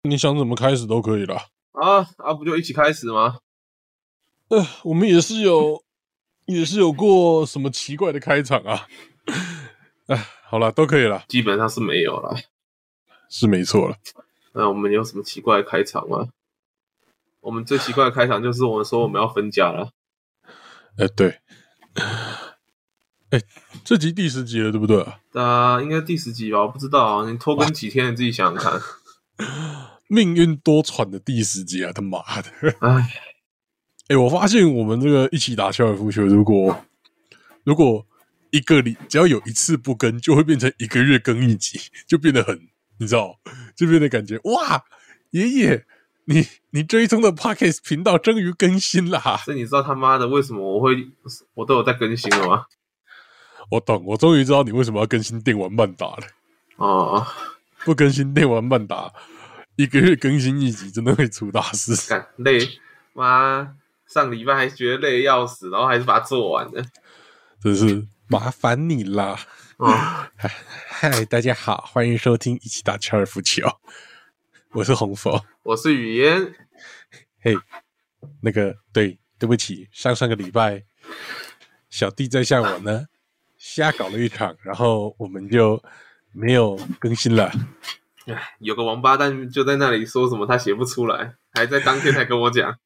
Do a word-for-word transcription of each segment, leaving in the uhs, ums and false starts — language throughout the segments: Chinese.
你想怎么开始都可以啦。 啊啊，不就一起开始吗？ 呃，我们也是有，也是有过什么奇怪的开场啊。哎，好啦，都可以啦， 基本上是没有啦， 是没错了。 那我们有什么奇怪的开场吗？我们最奇怪的开场就是我们说我们要分家了。 哎、欸，对，哎、欸，这集第十集了，对不对啊？ 啊，应该第十集吧，我不知道啊，你拖更几天，你自己想想看。 命运多舛的第十集啊，他妈的！ 哎， 哎、欸，我发现我们这个一起打高尔夫球，如果如果一个礼只要有一次不更，就会变成一个月更一集，就变得很，你知道，就变得感觉哇，爷爷，你你追踪的 Podcast 频道终于更新啦！ 所以你知道他妈的为什么我会我都有在更新了吗？ 我懂，我终于知道你为什么要更新电玩漫打了。 哦， 不更新电玩漫打，一个月更新一集，真的会出大事。 干累，妈，上礼拜还觉得累要死，然后还是把它做完了， 真是麻烦你啦。 哦， 嗨，大家好，欢迎收听一起打高尔夫球，我是红佛， 我是语言。 嘿，那个对，对不起，上上个礼拜小弟在向我呢瞎搞了一场，然后我们就没有更新了。 唉，有个王八蛋就在那里说什么他写不出来，还在当天才跟我讲。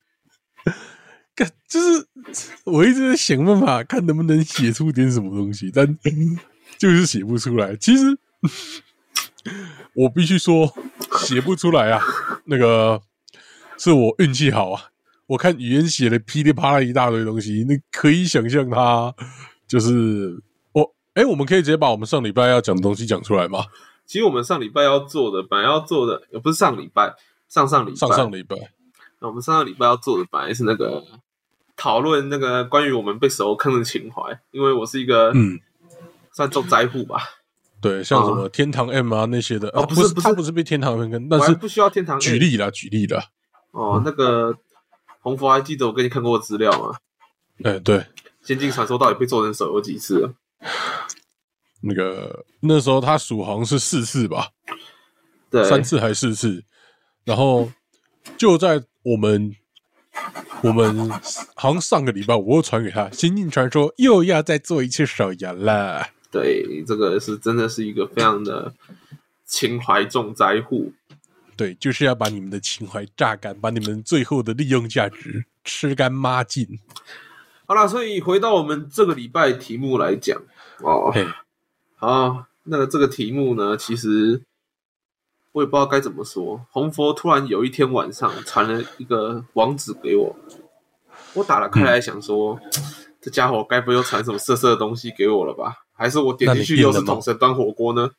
就是我一直在想办法看能不能写出点什么东西，但就是写不出来。其实我必须说写不出来啊，那个是我运气好啊。我看语言写了噼里啪啦一大堆东西，那可以想象他就是我哎、欸，我们可以直接把我们上礼拜要讲的东西讲出来吗？ 其实我们上礼拜要做的，本来要做的，也不是上礼拜，上上礼拜， 上上礼拜， 那我们上上礼拜要做的本来是那个讨论那个关于我们被手坑的情怀，因为我是一个嗯，算重灾户吧。 对，像什么天堂 M 啊那些的， 哦， 啊、 不是，不是， 他不是被天堂 M 坑，但是不需要天堂 M。 举例啦，举例啦。 哦，那个红佛还记得我给你看过的资料吗？ 哎、欸，对， 仙境传说到底被做成手游几次了？ 那个那时候他数好像是四次吧， 对， 三次还是四次，然后就在我们我们好像上个礼拜我又传给他，仙境传说又要再做一次手游了。 对，这个是真的是一个非常的情怀重灾户。 对，就是要把你们的情怀榨干，把你们最后的利用价值吃干抹净。 好啦，所以回到我们这个礼拜题目来讲哦。好，那个这个题目呢，其实我也不知道该怎么说。红佛突然有一天晚上传了一个网址给我，我打了开来想说，嗯、这家伙该不会又传什么色色的东西给我了吧？还是我点进去又是统神端火锅呢？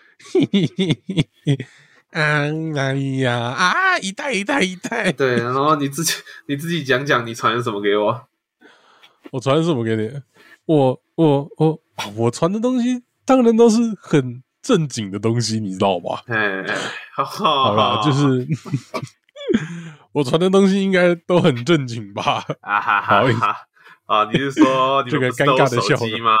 嗯，哎呀啊！一代一代一代， 对，然后你自己你自己讲讲，你传了什么给我？ 我传什么给你？我我我我传的东西当然都是很正经的东西，你知道吧？ 哎，好， 好啦，就是我传的东西应该都很正经吧？ 啊哈哈哈！啊，你是说你这个尴尬的笑手机吗？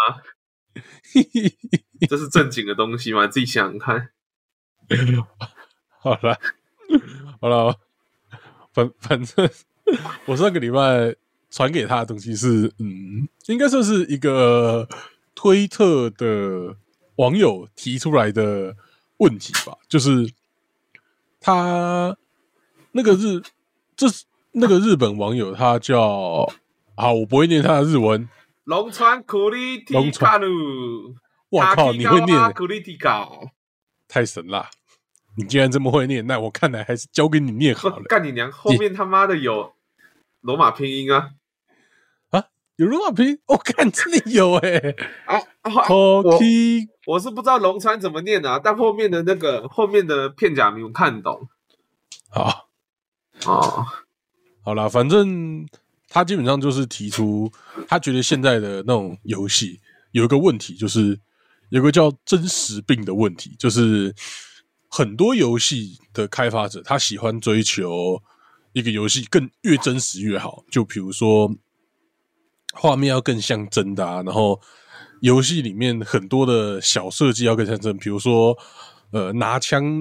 这是正经的东西吗？你自己想想看。 好了，好了，反反正我上个礼拜传给他的东西是，嗯，应该算是一个推特的网友提出来的问题吧，就是他那个日，这是那个日本网友，他叫好，我不会念他的日文， 龙川库里提卡鲁， 哇靠，你会念？ 库里提卡， 太神啦！你既然这么会念，那我看来还是交给你念好了。 干你娘！后面他妈的有罗马拼音啊！ 啊，有罗马拼音？我、哦、看真的有哎、欸！ 啊啊！ 我我是不知道龙川怎么念啊，但后面的那个后面的片假名我看懂。 好， 哦， 好啦，反正他基本上就是提出，他觉得现在的那种游戏有一个问题，就是有个叫真实病的问题，就是很多游戏的开发者他喜欢追求一个游戏更越真实越好，就比如说画面要更像真的啊，然后游戏里面很多的小设计要更像真，比如说呃拿枪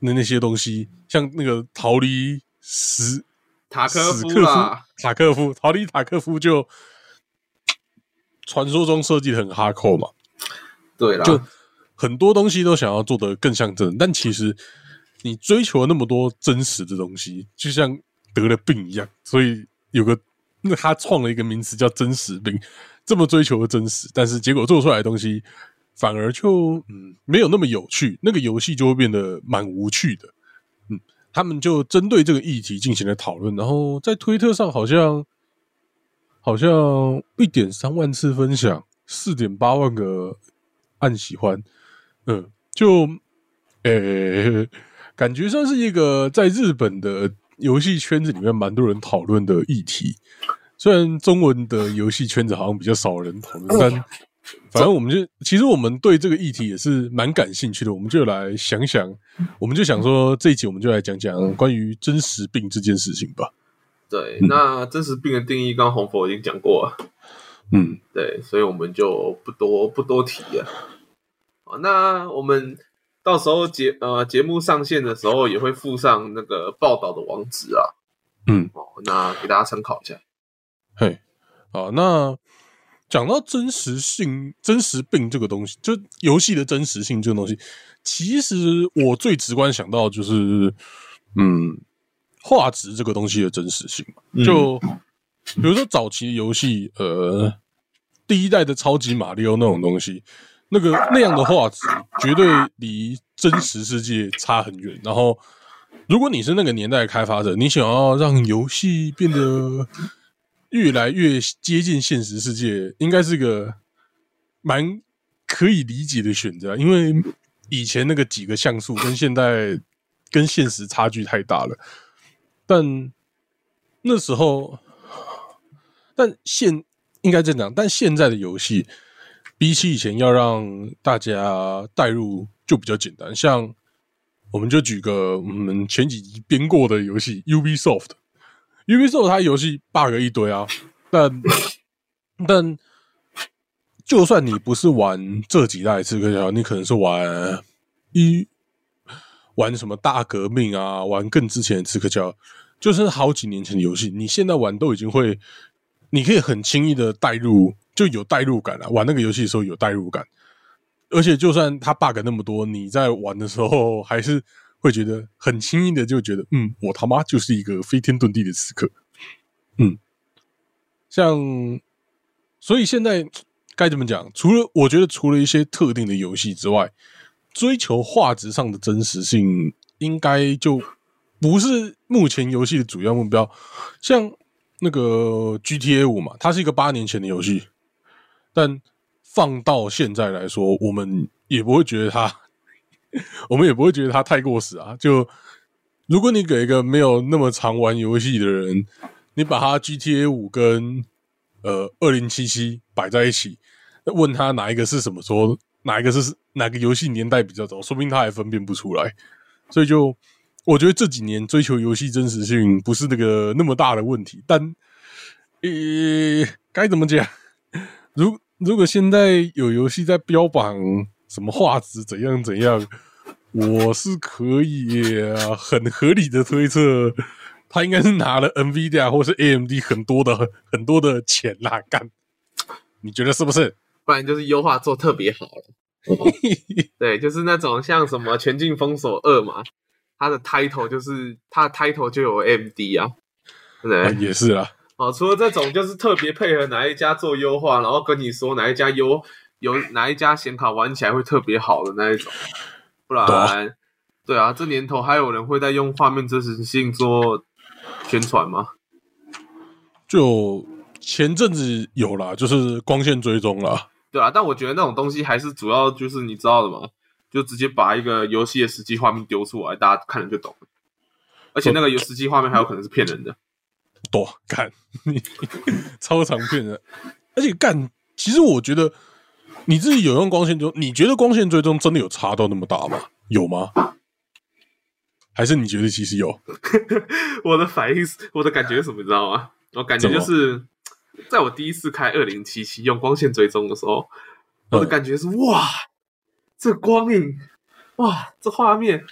那那些东西，像那个逃离史塔科夫啦， 塔科夫逃离塔科夫就传说中设计的很哈扣嘛， 对啦， 就很多东西都想要做得更像真人，但其实你追求了那么多真实的东西，就像得了病一样，所以有个那他创了一个名词叫真实病，这么追求的真实，但是结果做出来的东西反而就嗯没有那么有趣，那个游戏就会变得蛮无趣的。嗯，他们就针对这个议题进行了讨论，然后在推特上好像好像 一点三万次分享，四点八万个按喜欢，嗯，就呃感觉上是一个在日本的游戏圈子里面蛮多人讨论的议题。虽然中文的游戏圈子好像比较少人讨论，但反正我们就其实我们对这个议题也是蛮感兴趣的，我们就来想想，我们就想说这一集我们就来讲讲关于真实病这件事情吧。 对，嗯、那真实病的定义，刚刚红佛已经讲过了，嗯，对，所以我们就不多不多提了。好，那我们到时候节呃节目上线的时候，也会附上那个报道的网址啊，嗯，哦，那给大家参考一下。 嘿，好，那讲到真实性、真实病这个东西，就游戏的真实性这个东西，其实我最直观想到就是，嗯，画质这个东西的真实性。就比如说早期游戏，呃，第一代的超级马里奥那种东西，那个那样的画质，绝对离真实世界差很远。然后，如果你是那个年代的开发者，你想要让游戏变得越来越接近现实世界，应该是个蛮可以理解的选择，因为以前那个几个像素跟现在跟现实差距太大了。但那时候，但现应该这样讲，但现在的游戏比起以前要让大家带入就比较简单。像我们就举个我们前几集编过的游戏 Ubisoft。Ubisoft 它游戏 bug 一堆啊，但但就算你不是玩这几代刺客教条，你可能是玩一玩什么大革命啊，玩更之前的刺客教条，就是好几年前的游戏，你现在玩都已经会，你可以很轻易的带入，就有带入感啊。玩那个游戏的时候有带入感，而且就算它 bug 那么多，你在玩的时候还是会觉得很轻易的就觉得，嗯，我他妈就是一个飞天遁地的刺客。嗯，像，所以现在该怎么讲？除了我觉得，除了一些特定的游戏之外，追求画质上的真实性，应该就不是目前游戏的主要目标。像那个 G T A 五嘛，它是一个八年前的游戏，但放到现在来说，我们也不会觉得它，我们也不会觉得它太过时啊。就如果你给一个没有那么常玩游戏的人，你把他 G T A 五跟呃二零七七摆在一起，问他哪一个是什么时候，哪一个是哪个游戏年代比较早，说不定他还分辨不出来。所以就我觉得这几年追求游戏真实性不是那个那么大的问题，但呃该怎么讲？如如果现在有游戏在标榜什么画质怎样怎样，我是可以、啊、很合理的推测。他应该是拿了 Nvidia 或是 A M D 很多的很多的钱啦，干，你觉得是不是？ 不然就是优化做特别好了。对，就是那种像什么《全境封锁二》嘛，它的 title 就是它的 title 就有 A M D 啊，对不对？ 啊、也是啦。 哦，除了这种就是特别配合哪一家做优化，然后跟你说哪一家优有哪一家显卡玩起来会特别好的那一种，不然，对 啊, 对啊，这年头还有人会在用画面真实性做宣传吗？ 就前阵子有啦，就是光线追踪啦。 对啊，但我觉得那种东西还是主要就是你知道的嘛，就直接把一个游戏的实际画面丢出来，大家看了就懂了。而且那个有实际画面还有可能是骗人的。 多干，超常骗人。而且干，其实我觉得你自己有用光线追踪，你觉得光线追踪真的有差到那么大吗？有吗？还是你觉得其实有？ 我的反应是，我的感觉是什么，你知道吗？我感觉就是，在我第一次开二零七七用光线追踪的时候，我的感觉是、嗯、哇，这光影，哇，这画面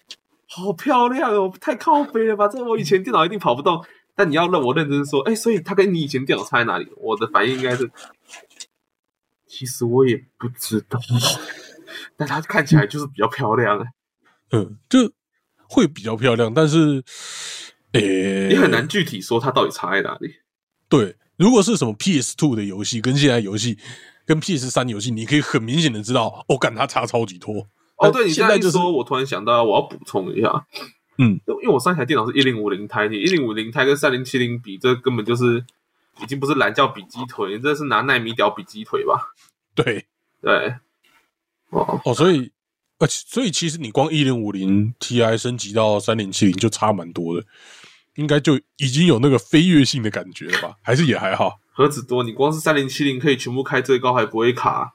好漂亮哦，太靠北了吧！这我以前电脑一定跑不动。但你要让我认真说，哎、欸，所以它跟你以前电脑差在哪里？我的反应应该是，其实我也不知道，但它看起来就是比较漂亮。 嗯，就会比较漂亮，但是，诶、欸， 你很难具体说它到底差在哪里。 对，如果是什么 P S 二 的游戏跟现在游戏跟 P S 三 游戏，你可以很明显的知道，哦，干它差超级多。 哦，对，你现在就是说，我突然想到，我要补充一下， 嗯， 因为我上一台电脑是一零五零 钛，你一零五零钛跟三零七零比，这根本就是已经不是蓝教比鸡腿，这是拿奈米屌比鸡腿吧？ 对对，哦哦，所以呃，所以其实你光一零五零 Ti 升级到三零七零就差蛮多的，应该就已经有那个飞跃性的感觉了吧？还是也还好？ 何止多，你光是三零七零可以全部开最高还不会卡。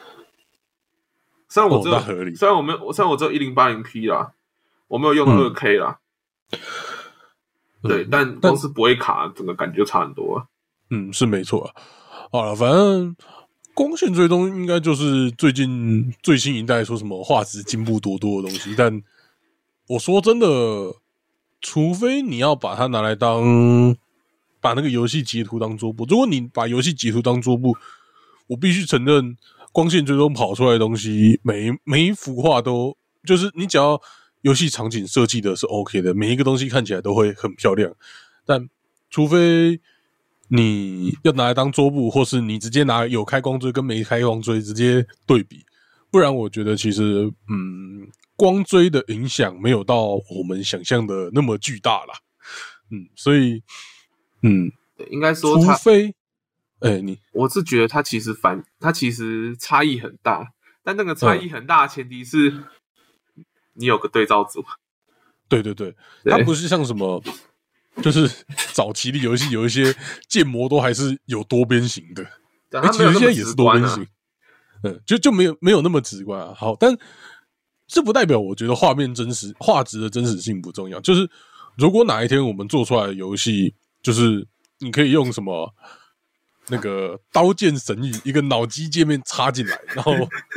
虽然我只有， 哦、那合理。 虽然我没有，虽然我只有一零八零 P 啦，我没有用到 二 K 啦。嗯、对，但光是不会卡，整个感觉就差很多。 嗯，是没错啊。好了，反正光线追踪应该就是最近最新一代说什么画质进步多多的东西，但我说真的，除非你要把它拿来当把那个游戏截图当桌布，如果你把游戏截图当桌布，我必须承认。光线追踪跑出来的东西，每每一幅画都就是你只要游戏场景设计的是 OK 的，每一个东西看起来都会很漂亮。但除非你要拿来当桌布，或是你直接拿有开光锥跟没开光锥直接对比，不然我觉得其实嗯，光锥的影响没有到我们想象的那么巨大啦。嗯，所以嗯， 应该说， 除非。哎、欸，你我是觉得它其实反，它其实差异很大，但那个差异很大的前提是，你有个对照组。 对对对，它不是像什么，就是早期的游戏有一些建模都还是有多边形的， 它其实现在也是多边形，嗯，就就没有没有那么直观啊。好，但这不代表我觉得画面真实、画质的真实性不重要。就是如果哪一天我们做出来的游戏，就是你可以用什么。那个刀剑神域一个脑机界面插进来，然后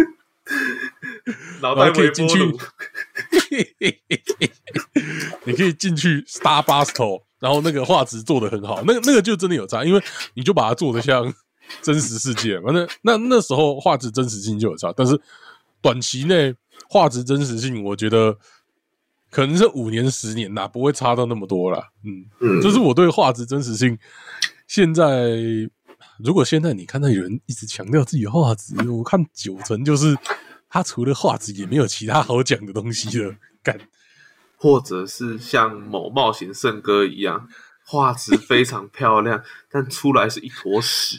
脑袋可以进去，你可以进去 Starbuster， 然后那个画质做得很好，那个那个就真的有差，因为你就把它做得像真实世界嘛，那那那时候画质真实性就有差，但是短期内画质真实性，我觉得可能是五年十年啦，不会差到那么多啦。嗯，嗯，这是我对画质真实性现在。如果现在你看到有人一直强调自己的画质，我看九成就是他除了画质也没有其他好讲的东西了。干， 或者是像某冒险圣歌一样，画质非常漂亮，但出来是一坨屎，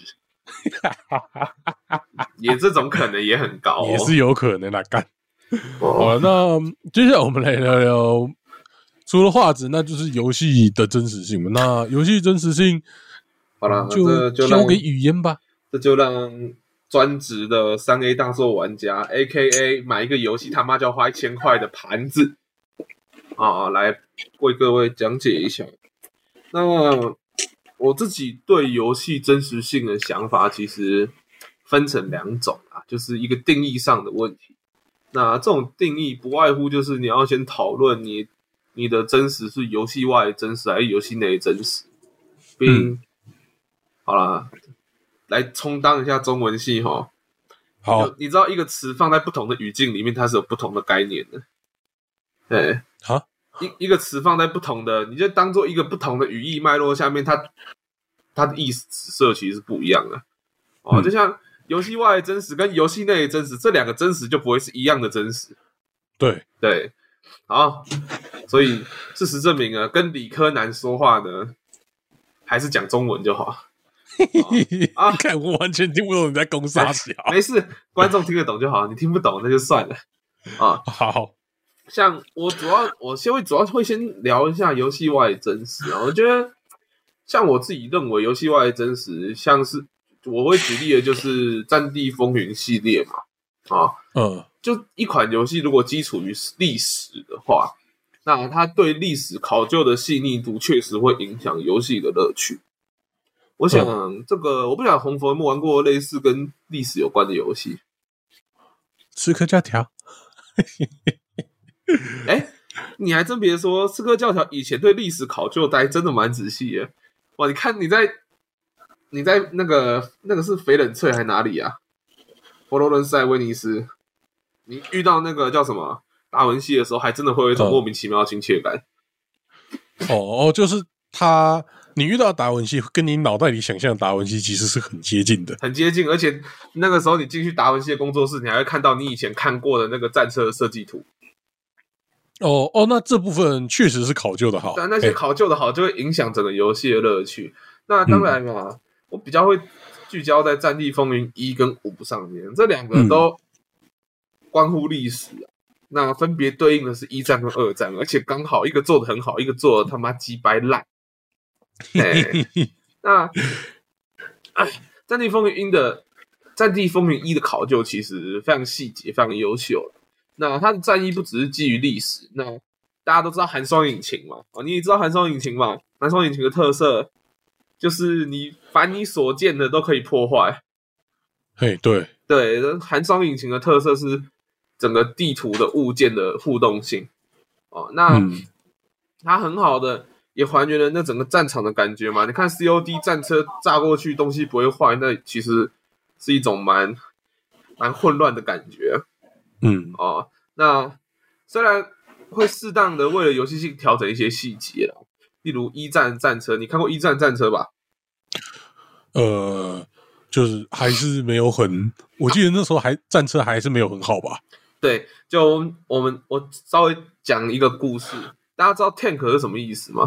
也这种可能也很高、哦， 也是有可能啦。干，哦、好了，那接下来我们来聊聊，除了画质，那就是游戏的真实性嘛。那游戏真实性。 好了， 就交给语言吧。 这就让专职的三 A 大作玩家 ，A K A 买一个游戏他妈就要花一千块的盘子啊，来为各位讲解一下。那我自己对游戏真实性的想法，其实分成两种啊，就是一个定义上的问题。那这种定义不外乎就是你要先讨论你你的真实是游戏外的真实还是游戏内的真实，并、嗯好啦，来充当一下中文系齁。 好， 你知道一个词放在不同的语境里面，它是有不同的概念的。对， 好， 一一个词放在不同的，你就当做一个不同的语义脉络下面，它它的意思指涉其实是不一样的。哦，嗯、就像游戏外的真实跟游戏内的真实，这两个真实就不会是一样的真实。 对对，好，所以事实证明啊，跟理科男说话呢，还是讲中文就好。 啊！看我完全听不懂你在攻啥小， 没事，观众听得懂就好，你听不懂那就算了啊。 好， 像我主要我先会主要会先聊一下游戏外的真实啊。我觉得像我自己认为游戏外的真实，像是我会举例的就是《战地风云》系列嘛，啊，嗯，就一款游戏如果基础于历史的话，那它对历史考究的细腻度确实会影响游戏的乐趣。我想、嗯、这个我不晓得红佛有没有玩过类似跟历史有关的游戏。 刺客教条。 哎， 你还真别说，刺客教条以前对历史考究的还真的蛮仔细的。哇，你看你在你在那个那个是翡冷翠还哪里啊？佛罗伦萨、威尼斯，你遇到那个叫什么达文西的时候，还真的会有一种莫名其妙的亲切感。 哦哦，就是他，你遇到达文西，跟你脑袋里想象的达文西其实是很接近的， 很接近。而且那个时候你进去达文西的工作室，你还会看到你以前看过的那个战车的设计图。 哦哦，那这部分确实是考究的好， 但那些考究的好，就会影响整个游戏的乐趣。那当然嘛、嗯，我比较会聚焦在《战地风云一》跟五上面，这两个都关乎历史、啊嗯、那分别对应的是一战跟二战，而且刚好一个做的很好，一个做的他妈鸡掰烂。欸、那哎，《战地风云一》的《战地风云一》的考究其实非常细节，非常优秀。那它的战役不只是基于历史，那大家都知道寒霜引擎嘛，哦，你也知道寒霜引擎嘛？寒霜引擎的特色就是你凡你所见的都可以破坏。 嘿，对对，寒霜引擎的特色是整个地图的物件的互动性。哦，那、嗯、它很好的也还原了那整个战场的感觉嘛。你看 C O D 战车炸过去，东西不会坏，那其实是一种蛮蛮混乱的感觉。嗯，哦，那虽然会适当的为了游戏性调整一些细节啦，例如一战战车，你看过一战战车吧？ 呃，就是还是没有很，我记得那时候还战车还是没有很好吧？ 对，就我们我稍微讲一个故事，大家知道 tank 是什么意思吗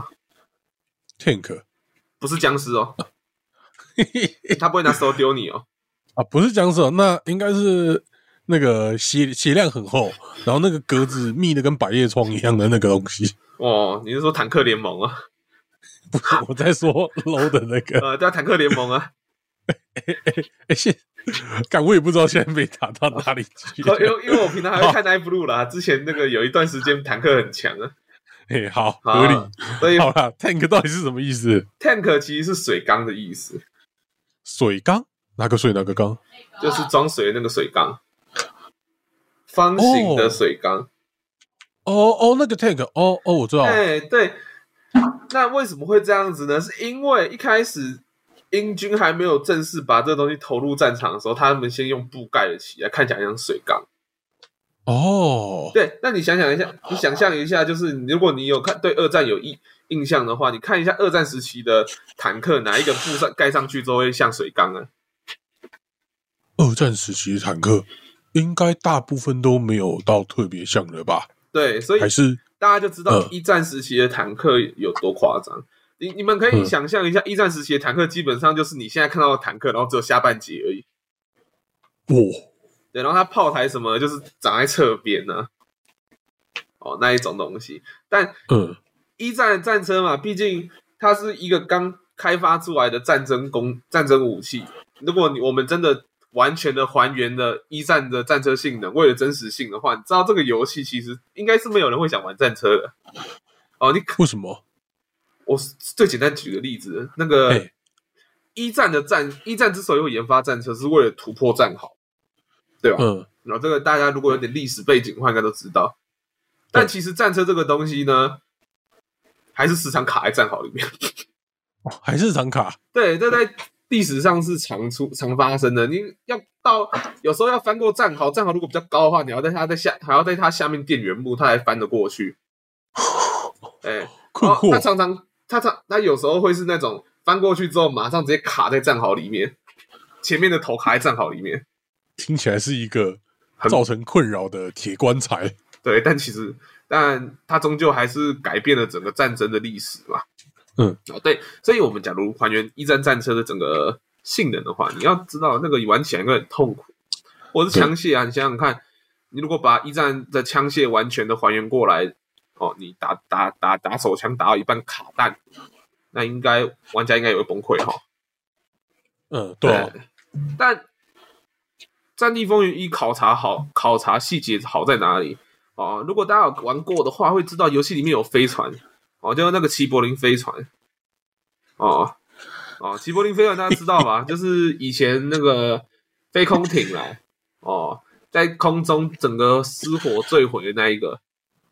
？tank 不是僵尸哦，他不会拿手丢你哦。 啊，不是僵尸哦，那应该是。那个血血量很厚，然后那个格子密的跟百叶窗一样的那个东西。 哦，你是说坦克联盟啊？ 不是，我在说 low 的那个。 呃，对啊，坦克联盟啊。 哎哎哎，现，干我也不知道现在被打到哪里去。 因为因为我平常还会看 Night Blue 啦，之前那个有一段时间坦克很强啊。 哎，好，合理。所以好啦 ，tank 到底是什么意思 ？tank 其实是水缸的意思。 水缸？哪个水哪个缸？ 就是装水的那个水缸。方形的水缸， 哦哦，那个 tank， 哦哦，我知道。 哎，对，那为什么会这样子呢？是因为一开始英军还没有正式把这个东西投入战场的时候，他们先用布盖了起来，看起来像水缸。 哦， 对，那你想想一下，你想象一下，就是如果你有看对二战有印印象的话，你看一下二战时期的坦克，哪一个布上盖上去之后会像水缸啊？ 二战时期的坦克。应该大部分都没有到特别像的吧？ 对，所以还是大家就知道一战时期的坦克有多夸张。你你们可以想象一下，一战时期的坦克基本上就是你现在看到的坦克，然后只有下半截而已。 哇， 对，然后它炮台什么就是长在侧边呢、啊，哦，那一种东西。但嗯，一战的战车嘛，毕竟它是一个刚开发出来的战争工战争武器。如果你我们真的完全的还原了一战的战车性能，为了真实性的话，你知道这个游戏其实应该是没有人会想玩战车的。哦，你为什么？ 我最简单举个例子，那个一战的战一战之所以会研发战车，是为了突破战壕，对吧？嗯，然后这个大家如果有点历史背景的话，应该都知道。但其实战车这个东西呢，还是时常卡在战壕里面。 哦，还是常卡？ 对，这在历史上是常出常发生的。你要到有时候要翻过战壕，战壕如果比较高的话，你要在它在下还要在它下面垫原木，它才翻得过去。哎， 困惑。 它常常它常它有时候会是那种翻过去之后，马上直接卡在战壕里面，前面的头卡在战壕里面， 听起来是一个造成困扰的铁棺材。 对，但其实但它终究还是改变了整个战争的历史嘛。嗯，哦，对，所以我们假如还原一战战车的整个性能的话，你要知道那个玩起来应该很痛苦。或是枪械啊，你想想看，你如果把一战的枪械完全的还原过来，哦，你打打打打手枪打到一半卡弹，那应该玩家应该也会崩溃哈。 嗯，对啊。 但《战地风云一》考察好，考察细节好在哪里？哦，如果大家有玩过的话，会知道游戏里面有飞船。哦，就是那个齐柏林飞船，哦哦，齐柏林飞船大家知道吧？就是以前那个飞空艇来，哦，在空中整个失火坠毁的那一个，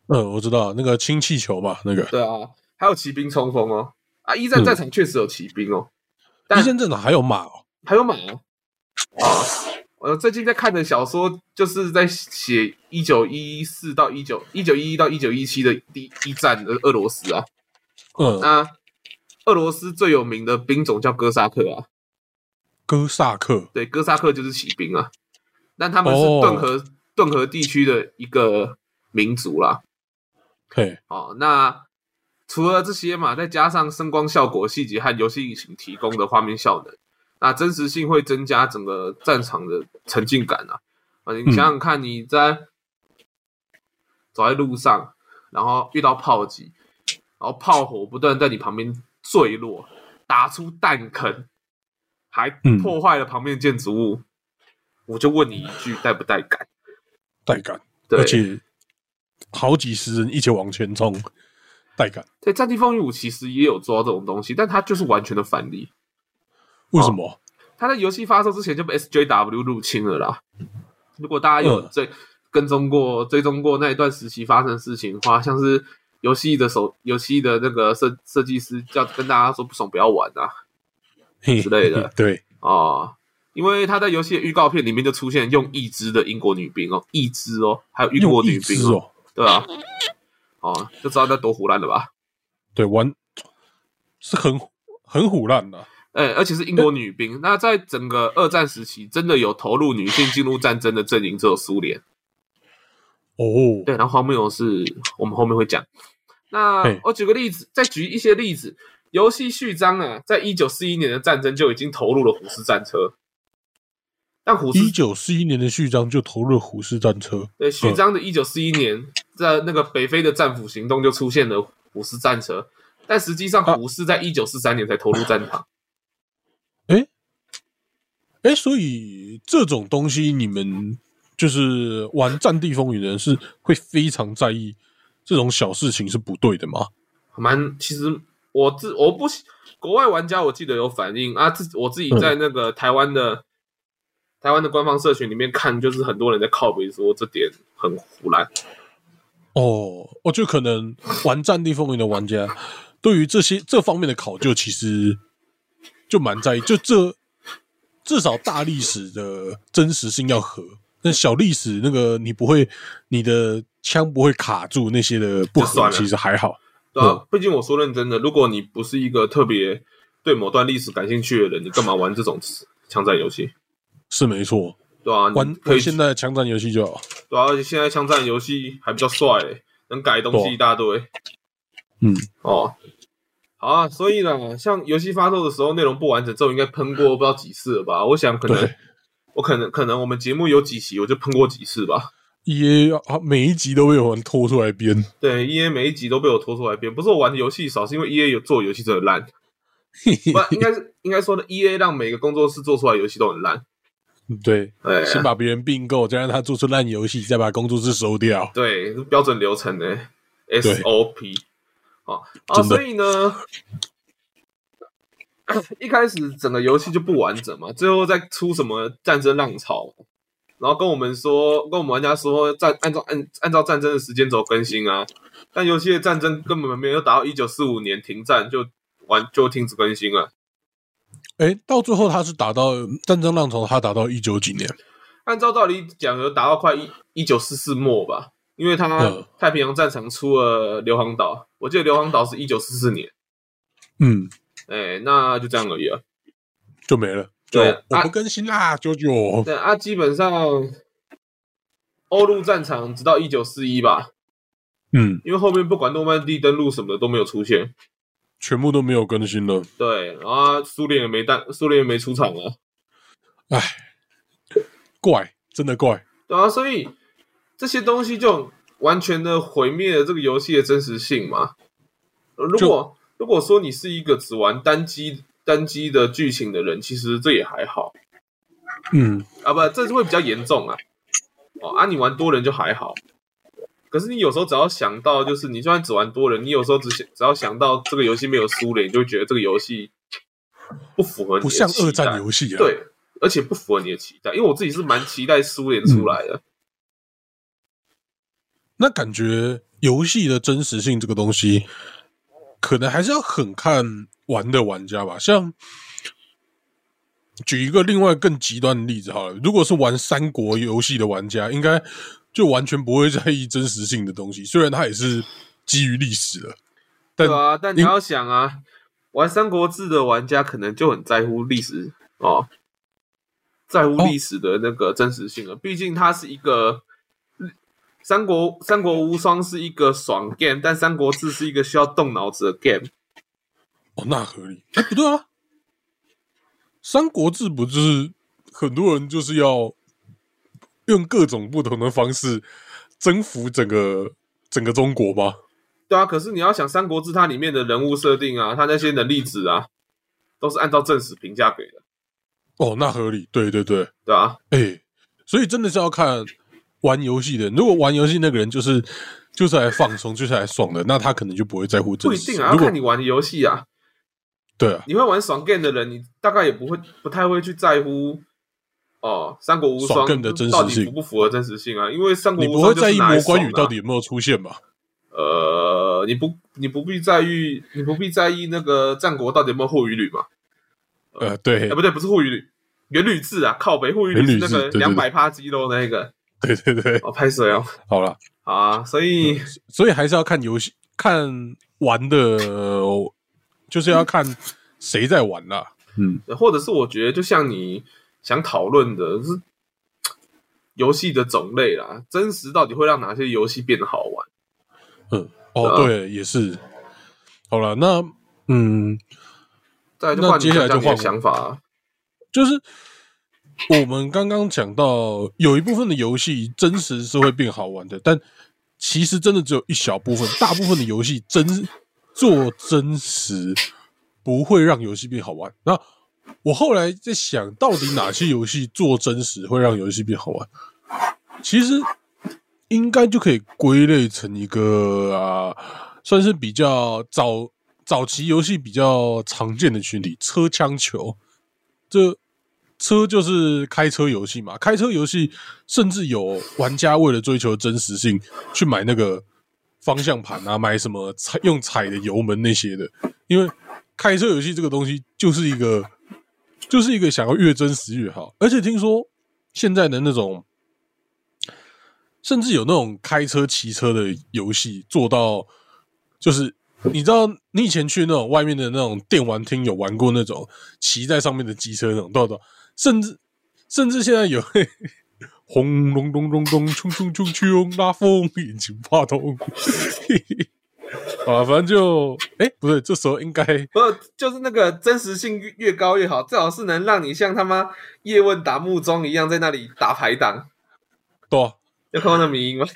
嗯，我知道那个氢气球嘛，那个。 对啊，还有骑兵冲锋哦。啊，一战战场确实有骑兵哦，但一战战场还有马哦， 还有马哦。啊，我最近在看的小说就是在写一九一四到一九一九一一到一九一七的第一战的俄罗斯啊。嗯，那俄罗斯最有名的兵种叫哥萨克啊。 哥萨克， 对，哥萨克就是骑兵啊，但他们是顿河、哦、顿河地区的一个民族啦。 对， 哦，那除了这些嘛，再加上声光效果细节和游戏引擎提供的画面效能，那真实性会增加整个战场的沉浸感啊。啊，你想想看，你在走在路上，然后遇到炮击，然后炮火不断在你旁边坠落，打出弹坑。还破坏了旁边的建筑物，嗯、我就问你一句，带不带感？ 带感，而且好几十人一起往前冲，带感。 对，《战地风云五》其实也有做到这种东西，但它就是完全的反例。 为什么？哦、 它在游戏发售之前就被 S J W 入侵了啦。如果大家有追、嗯、跟踪过、追踪过那一段时期发生的事情的话，像是游戏的手、游戏的那个设设计师叫跟大家说不爽不要玩啊。之类的， 对啊、哦，因为他在游戏的预告片里面就出现用义肢的英国女兵哦，义肢哦，还有英国女兵哦，对啊，哦，就知道在多唬烂了吧？ 对，玩是很很唬烂的， 哎、欸，而且是英国女兵。那在整个二战时期，真的有投入女性进入战争的阵营只有苏联。 哦， 对，然后后面有是我们后面会讲。那我举个例子，再举一些例子。游戏序章啊，在一九四一年的战争就已经投入了虎式战车，但虎式一九四一年的序章就投入了虎式战车。 对，序章的一九四一年，在那个北非的战俘行动就出现了虎式战车，但实际上虎式在一九四三年才投入战场。 哎、啊，哎、欸，所以这种东西，你们就是玩《战地风云》的人是会非常在意这种小事情是不对的吗？ 蛮，其实。我自我不国外玩家我记得有反应啊，自我自己在那个台湾的、嗯、台湾的官方社群里面看，就是很多人在靠北说这点很胡乱。 哦，我就可能玩《战地风云》的玩家，对于这些这方面的考究，其实就蛮在意，就这至少大历史的真实性要合，那小历史那个你不会，你的枪不会卡住那些的不合，其实还好。 对啊，毕竟我说认真的，如果你不是一个特别对某段历史感兴趣的人，你干嘛玩这种枪战游戏？ 是没错， 对啊， 玩玩现在的枪战游戏就好。 对啊，而且现在枪战游戏还比较帅、欸，能改东西一大堆。 嗯， 哦，好啊，所以呢，像游戏发售的时候内容不完整，之后应该喷过不知道几次了吧？我想可能，我可能可能我们节目有几期我就喷过几次吧。 E A 每一集都被我拖出来编， 对 ，E A 每一集都被我拖出来编。不是我玩的游戏少，是因为 E A 有做游戏真的烂。不，应该是应该说的 ，E A 让每个工作室做出来的游戏都很烂。 对，对先把别人并购，再让他做出烂游戏，再把工作室收掉。 对，是标准流程的 S O P。好啊，所以呢，一开始整个游戏就不完整嘛，最后再出什么战争浪潮。然后跟我们说，跟我们玩家说，战按照按按照战争的时间轴更新啊，但游戏的战争根本没有达到一九四五年停战就完就停止更新了。 哎，到最后他是打到战争浪潮，他打到一九几年？ 按照道理讲，有达到快一一九四四末吧，因为他太平洋战场出了硫磺岛，我记得硫磺岛是一九四四年。 嗯， 哎，那就这样而已了， 就没了。对，我不更新啦，九九。 对啊，基本上欧陆战场直到一九四一吧。 嗯， 因为后面不管诺曼底登陆什么的都没有出现， 全部都没有更新了。 对，然后苏联也没弹，苏联也没出场啊。 哎，怪，真的怪。 对啊，所以这些东西就完全的毁灭了这个游戏的真实性嘛。如果如果说你是一个只玩单机。单机的剧情的人，其实这也还好， 嗯啊不，这是会比较严重啊。哦啊，你玩多人就还好，可是你有时候只要想到，就是你就算只玩多人，你有时候只只要想到这个游戏没有苏联，你就会觉得这个游戏不符合你的期待， 不像二战游戏啊。 对，而且不符合你的期待，因为我自己是蛮期待苏联出来的。 嗯、 那感觉游戏的真实性这个东西，可能还是要很看玩的玩家吧。像举一个另外更极端的例子好了，如果是玩三国游戏的玩家，应该就完全不会在意真实性的东西，虽然它也是基于历史的。但对啊，但你要想啊，玩三国志的玩家可能就很在乎历史哦，在乎历史的那个真实性了。毕竟它是一个三国三国无双是一个爽 game， 但三国志是一个需要动脑子的 game。 哦，那合理。哎，不对啊，三国志不就是很多人就是要用各种不同的方式征服整个整个中国吗？ 对啊，可是你要想《三国志》它里面的人物设定啊，它那些能力值啊，都是按照正史评价给的。 哦，那合理，对对对， 对啊， 哎、欸，所以真的是要看玩游戏的人。如果玩游戏那个人就是就是来放松，就是来爽的，那他可能就不会在乎正史。 不一定啊，要看你玩的游戏啊。 对啊， 你会玩爽 game 的人，你大概也不会不太会去在乎哦，《三国无双》 的真实性到底符不符合真实性啊？因为《三国无双》 你不会在意魔关关羽到底有没有出现吧？ 呃，你不你不必在意，你不必在意那个战国到底有没有护羽吕嘛？ 呃，呃对， 哎，不对，不是护羽吕，元吕制啊，靠北护羽吕是那个两百趴肌肉那个。 对对对， 哦，拍水哦， 好了， 好啊，所以、 嗯、所以还是要看游戏，看玩的，就是要看谁在玩啦。嗯， 或者是我觉得，就像你想讨论的是游戏的种类啦，真实到底会让哪些游戏变得好玩？ 嗯，哦，对，对也是。好了，那嗯， 再来就换你讲讲你的想法、啊， 就是我们刚刚讲到，有一部分的游戏真实是会变好玩的，但其实真的只有一小部分，大部分的游戏真做真实不会让游戏变好玩。那我后来在想，到底哪些游戏做真实会让游戏变好玩？其实应该就可以归类成一个啊，算是比较早早期游戏比较常见的群体——车枪球。这车就是开车游戏嘛，开车游戏甚至有玩家为了追求真实性，去买那个方向盘啊，买什么踩用踩的油门那些的，因为开车游戏这个东西就是一个。就是一个想要越真实越好，而且听说现在的那种，甚至有那种开车骑车的游戏做到，就是你知道，你以前去那种外面的那种电玩厅有玩过那种骑在上面的机车那种，对不对？甚至甚至现在有轰隆隆隆隆，冲冲冲冲，拉风引擎发动。啊，反正就哎、欸，不对，这时候应该不就是那个真实性越高越好，最好是能让你像他妈叶问打木桩一样在那里打排档。 对、啊， 有看过那迷因吗？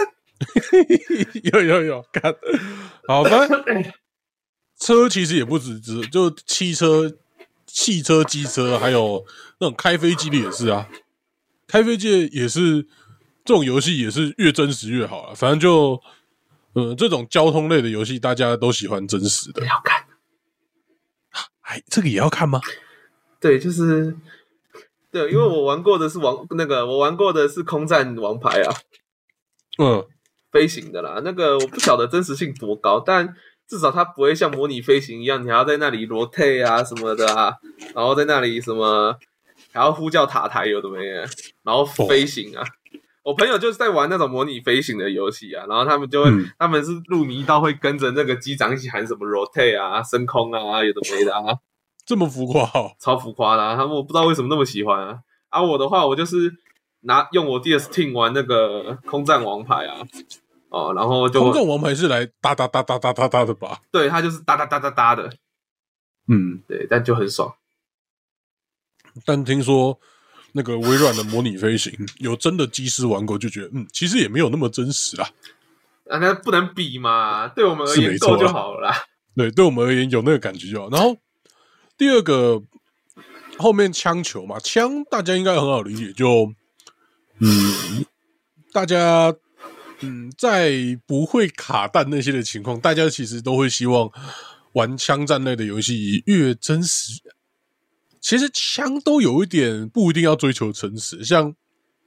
有有有，看好，反正车其实也不止只就汽车、汽车、机车，还有那种开飞机的也是啊，开飞机也是这种游戏也是越真实越好了，反正就。嗯，这种交通类的游戏，大家都喜欢真实的。 要看， 哎，这个也要看吗？ 对，就是对，因为我玩过的是王那个，我玩过的是空战王牌啊， 嗯， 飞行的啦。那个我不晓得真实性多高，但至少它不会像模拟飞行一样，你还要在那里 rotate 啊什么的啊，然后在那里什么还要呼叫塔台有的没的，然后飞行啊。哦我朋友就是在玩那种模拟飞行的游戏啊，然后他们就会，嗯、他们是入迷到会跟着那个机长一起喊什么 rotate 啊、升空啊，有的没的啊， 这么浮夸、哦， 超浮夸的、啊。他们我不知道为什么那么喜欢啊。啊，我的话，我就是拿用我弟的 Steam 玩那个空战王牌啊，哦，然后就空战王牌是来哒哒哒哒哒哒哒的吧？ 对，他就是哒哒哒哒哒的， 嗯， 对，但就很爽。 但听说。那个微软的模拟飞行，有真的机师玩过，就觉得嗯，其实也没有那么真实啦。 啊，那不能比嘛，对我们而言够就好了啦。 对，对我们而言有那个感觉就好。然后第二个后面枪球嘛，枪大家应该很好理解，就嗯，大家嗯在不会卡弹那些的情况，大家其实都会希望玩枪战类的游戏越真实。其实枪都有一点不一定要追求诚实，像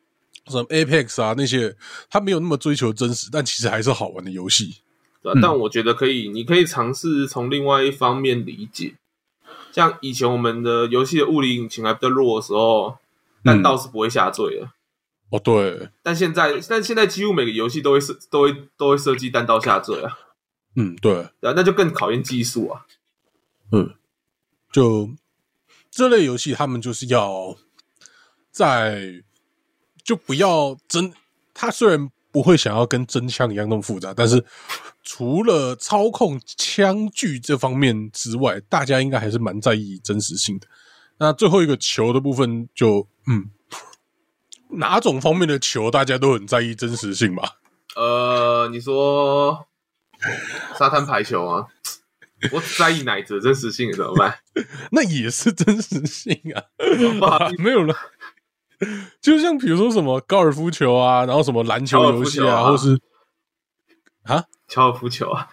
什么 Apex 啊那些，它没有那么追求真实，但其实还是好玩的游戏。 对、啊嗯，但我觉得可以，你可以尝试从另外一方面理解。像以前我们的游戏的物理引擎还比较弱的时候，弹道是不会下坠的。嗯、 哦，对。 但现在，但现在几乎每个游戏都会设，都会都会设计弹道下坠啊。 嗯，对。 对啊，那就更考验技术啊。 嗯，就这类游戏，他们就是要在就不要真，他虽然不会想要跟真枪一样那么复杂，但是除了操控枪具这方面之外，大家应该还是蛮在意真实性的。那最后一个球的部分就，嗯，哪种方面的球大家都很在意真实性吧？ 呃，你说沙滩排球啊？我只在意奶子的真实性怎么办？ 那也是真实性啊，啊没有了。就像比如说什么高尔夫球啊，然后什么篮球游戏啊，或是啊高尔夫球啊，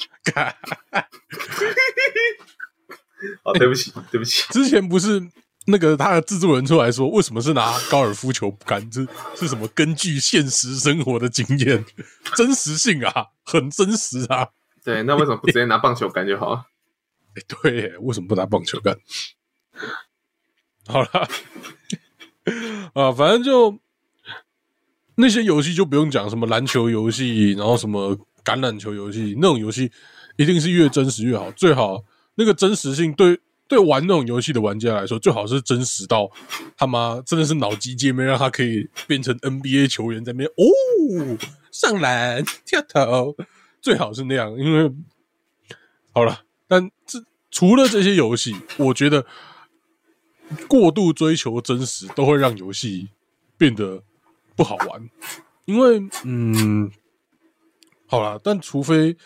哦，对不起，对不起， 之前不是那个他的制作人出来说，为什么是拿高尔夫球杆？这是什么？根据现实生活的经验，真实性啊，很真实啊。 对，那为什么不直接拿棒球杆就好了？ 哎，对耶，为什么不拿棒球杆？好啦。啊，反正就那些游戏就不用讲，什么篮球游戏，然后什么橄榄球游戏，那种游戏一定是越真实越好，最好那个真实性对对玩那种游戏的玩家来说，最好是真实到他妈真的是脑机界面，让他可以变成 N B A 球员在那边哦上篮跳投，最好是那样，因为好了，但这除了这些游戏，我觉得。过度追求真实都会让游戏变得不好玩，因为嗯，好啦，但除非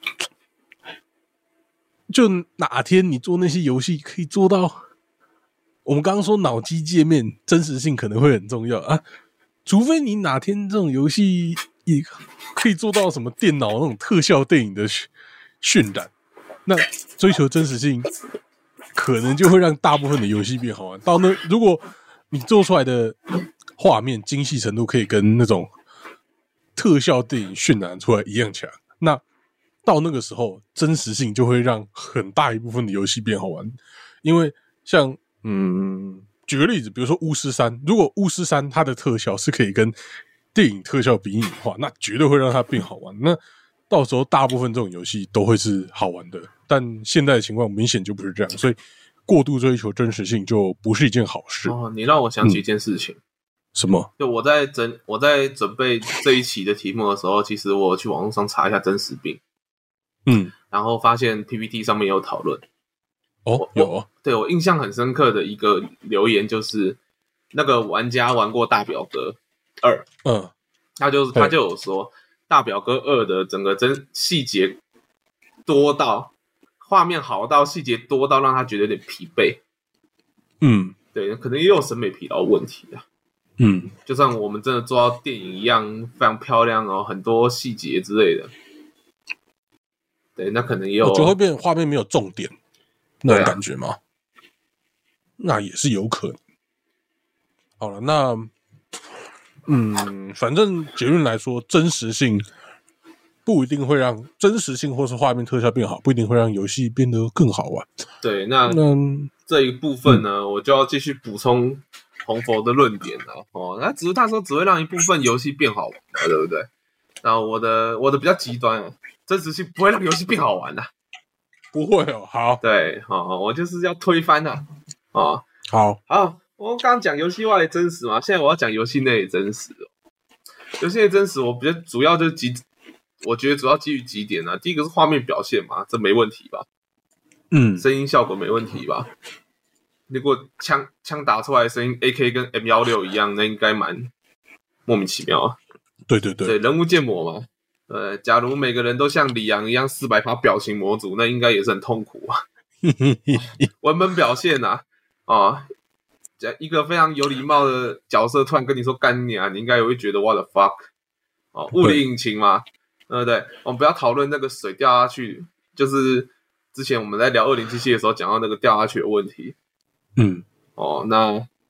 就哪天你做那些游戏可以做到，我们刚刚说脑机界面真实性可能会很重要啊，除非你哪天这种游戏也可以做到什么电脑那种特效电影的渲染，那追求真实性。可能就会让大部分的游戏变好玩。到那，如果你做出来的画面精细程度可以跟那种特效电影渲染出来一样强，那到那个时候，真实性就会让很大一部分的游戏变好玩。因为像嗯，举个例子，比如说巫师三，如果巫师三它的特效是可以跟电影特效比拟的话，那绝对会让它变好玩。那到时候大部分这种游戏都会是好玩的，但现在的情况明显就不是这样，所以过度追求真实性就不是一件好事。 哦，你让我想起一件事情。嗯、 什么？ 就我在整我在准备这一期的题目的时候，其实我去网络上查一下真实病， 嗯， 然后发现 P P T 上面有讨论。 哦，有哦。 对，我印象很深刻的一个留言就是，那个玩家玩过大表哥二， 嗯， 他就他就有说。大表哥二的整个真细节多到画面好到细节多到让他觉得有点疲惫， 嗯， 对，可能也有审美疲劳问题啊， 嗯， 就像我们真的做到电影一样非常漂亮哦，很多细节之类的，对，那可能也有， 我觉得会变画面没有重点那种感觉吗？啊、那也是有可能。好了，那。嗯，反正结论来说，真实性不一定会让真实性或是画面特效变好，不一定会让游戏变得更好玩。 对，那那这一部分呢，嗯、我就要继续补充红佛的论点了。哦，那只是他说只会让一部分游戏变好玩，对不对？那我的我的比较极端啊，真实性不会让游戏变好玩的、啊， 不会哦。好， 对，哦，我就是要推翻的、啊。哦， 好， 好。我刚刚讲游戏外的真实嘛，现在我要讲游戏内的真实哦。游戏内的真实，我比较主要就是几，我觉得主要基于几点啊。第一个是画面表现嘛，这没问题吧？ 嗯， 声音效果没问题吧？如果枪枪打出来的声音 A K 跟 M 十六 一样，那应该蛮莫名其妙啊。 对对对， 对，人物建模嘛，呃，假如每个人都像李阳一样四百趴表情模组，那应该也是很痛苦啊。文本表现啊，啊。一个非常有礼貌的角色突然跟你说干你啊，你应该也会觉得 what the fuck 哦，物理引擎嘛，对不对？我们不要讨论那个水掉下去，就是之前我们在聊二零七七的时候讲到那个掉下去的问题。 嗯， 哦，那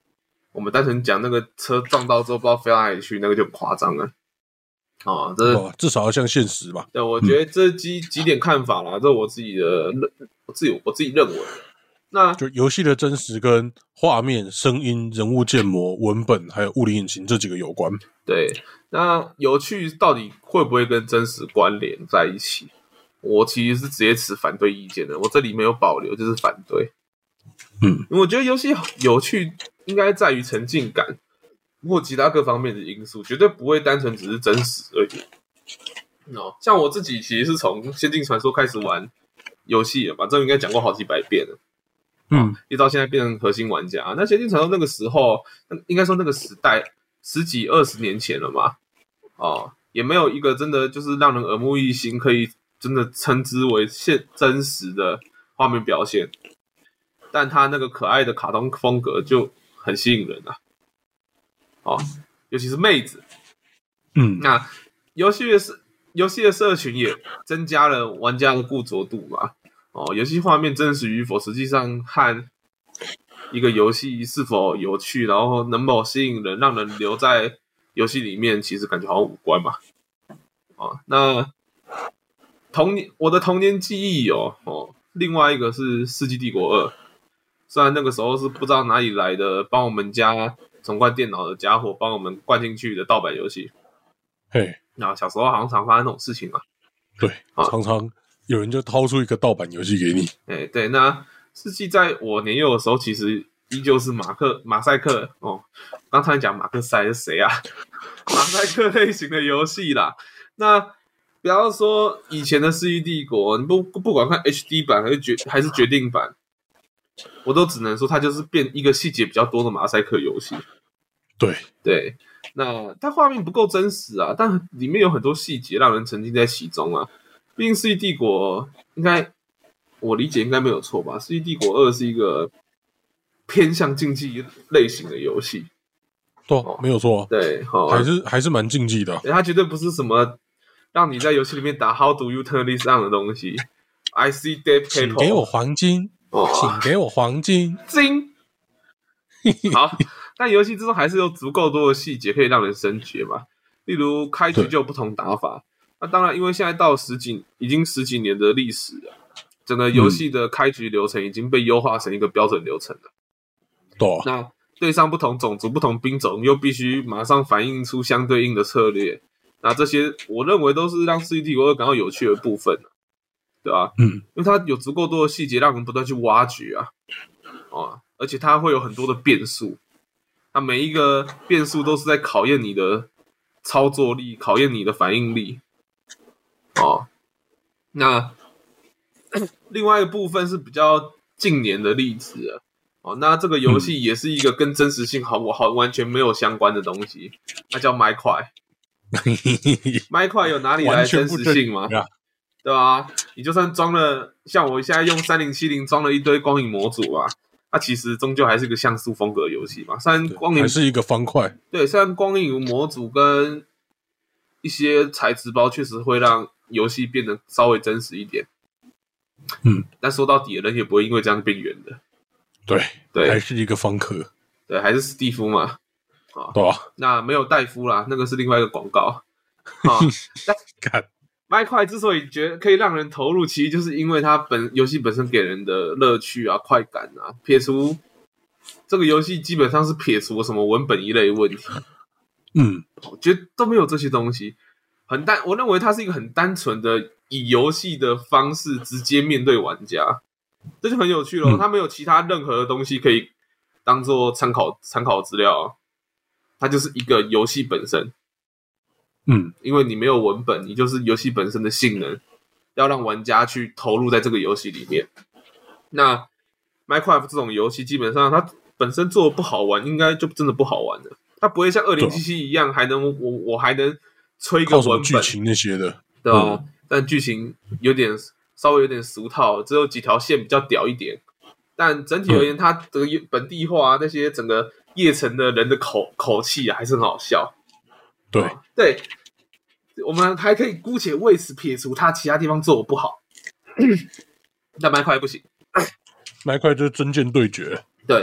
我们单纯讲那个车撞到之后不知道飞到哪里去，那个就很夸张了。哦，这、 哦、至少要像现实吧。 对，我觉得这几、嗯、几点看法啦，这是我自己的，我自己我自己认为。那就游戏的真实跟画面、声音、人物建模、文本还有物理引擎这几个有关。 对，那有趣到底会不会跟真实关联在一起？我其实是直接持反对意见的，我这里没有保留，就是反对。 嗯， 我觉得游戏有趣应该在于沉浸感或其他各方面的因素，绝对不会单纯只是真实而已。哦，像我自己其实是从《仙境传说》开始玩游戏了吧，这应该讲过好几百遍了。 嗯， 一直到现在变成核心玩家。那《仙境传说》那个时候，应该说那个时代十几二十年前了嘛，哦，也没有一个真的就是让人耳目一新，可以真的称之为现真实的画面表现。但他那个可爱的卡通风格就很吸引人啊，哦，尤其是妹子。 嗯， 那游戏的游戏的社群也增加了玩家的固着度嘛。哦，游戏画面真实与否，实际上和一个游戏是否有趣，然后能否吸引人，让人留在游戏里面，其实感觉好像无关嘛。哦，那童年我的童年记忆有哦，另外一个是《世纪帝国二》，虽然那个时候是不知道哪里来的帮我们家重灌电脑的家伙帮我们灌进去的盗版游戏。 嘿， 那小时候好像常发生这种事情嘛。 对，啊、常常。有人就掏出一个盗版游戏给你， 哎，对，那世纪在我年幼的时候，其实依旧是马克马赛克哦。刚才讲马克赛是谁啊？马赛克类型的游戏啦。那不要说以前的《世纪帝国》，你不不管看 H D 版还是决还是决定版，我都只能说它就是变一个细节比较多的马赛克游戏。 对对，那它画面不够真实啊，但里面有很多细节让人沉浸在其中啊。毕竟《世纪帝国》应该我理解应该没有错吧，《世纪帝国二》是一个偏向竞技类型的游戏。 对、哦，没有错。 对，哦、 还是还是蛮竞技的。 它绝对不是什么让你在游戏里面打 How do you turn this on 的东西。I see dead people， 请给我黄金，哦、请给我黄金金。好，但游戏之中还是有足够多的细节可以让人深觉嘛。例如开局就有不同打法。那当然，因为现在到十几已经十几年的历史了，整个游戏的开局流程已经被优化成一个标准流程了。 对、啊， 那对上不同种族、不同兵种，又必须马上反映出相对应的策略。那这些我认为都是让《世纪帝国二》感到有趣的部分，对吧、啊？ 嗯， 因为它有足够多的细节让人不断去挖掘啊，哦，而且它会有很多的变数，那每一个变数都是在考验你的操作力，考验你的反应力。哦，那另外一个部分是比较近年的例子了。哦，那这个游戏也是一个跟真实性好好完全没有相关的东西，那叫麦块。麦块有哪里来真实性吗？对吧？你就算装了，像我现在用三零七零装了一堆光影模组啊，它其实终究还是个像素风格的游戏嘛。虽然光影还是一个方块， 对，虽然光影模组跟一些材质包确实会让游戏变得稍微真实一点， 嗯， 但说到底，人也不会因为这样变圆的。 对对， 还是一个方壳， 对，还是史蒂夫嘛，啊， 对啊， 那没有戴夫啦，那个是另外一个广告。啊， 看麦块之所以觉得可以让人投入，其实就是因为它本游戏本身给人的乐趣啊、快感啊，撇除这个游戏基本上是撇除什么文本一类问题， 嗯， 我觉得都没有这些东西。很单，我认为它是一个很单纯的以游戏的方式直接面对玩家，这就很有趣咯。它没有其他任何的东西可以当做参考参考资料，它就是一个游戏本身。 嗯， 因为你没有文本，你就是游戏本身的性能，要让玩家去投入在这个游戏里面。那 Minecraft 这种游戏基本上它本身做的不好玩，应该就真的不好玩了。它不会像二零七七一样，还能我我还能吹一个文本剧情那些的， 对吧、啊嗯？但剧情有点稍微有点俗套，只有几条线比较屌一点。但整体而言，它这个本地化、啊、那些整个夜城的人的口口气啊，还是很好笑。 对、 哦、对，我们还可以姑且为此撇除它其他地方做的不好，但麦块不行。 麦块就是真剑对决。 对，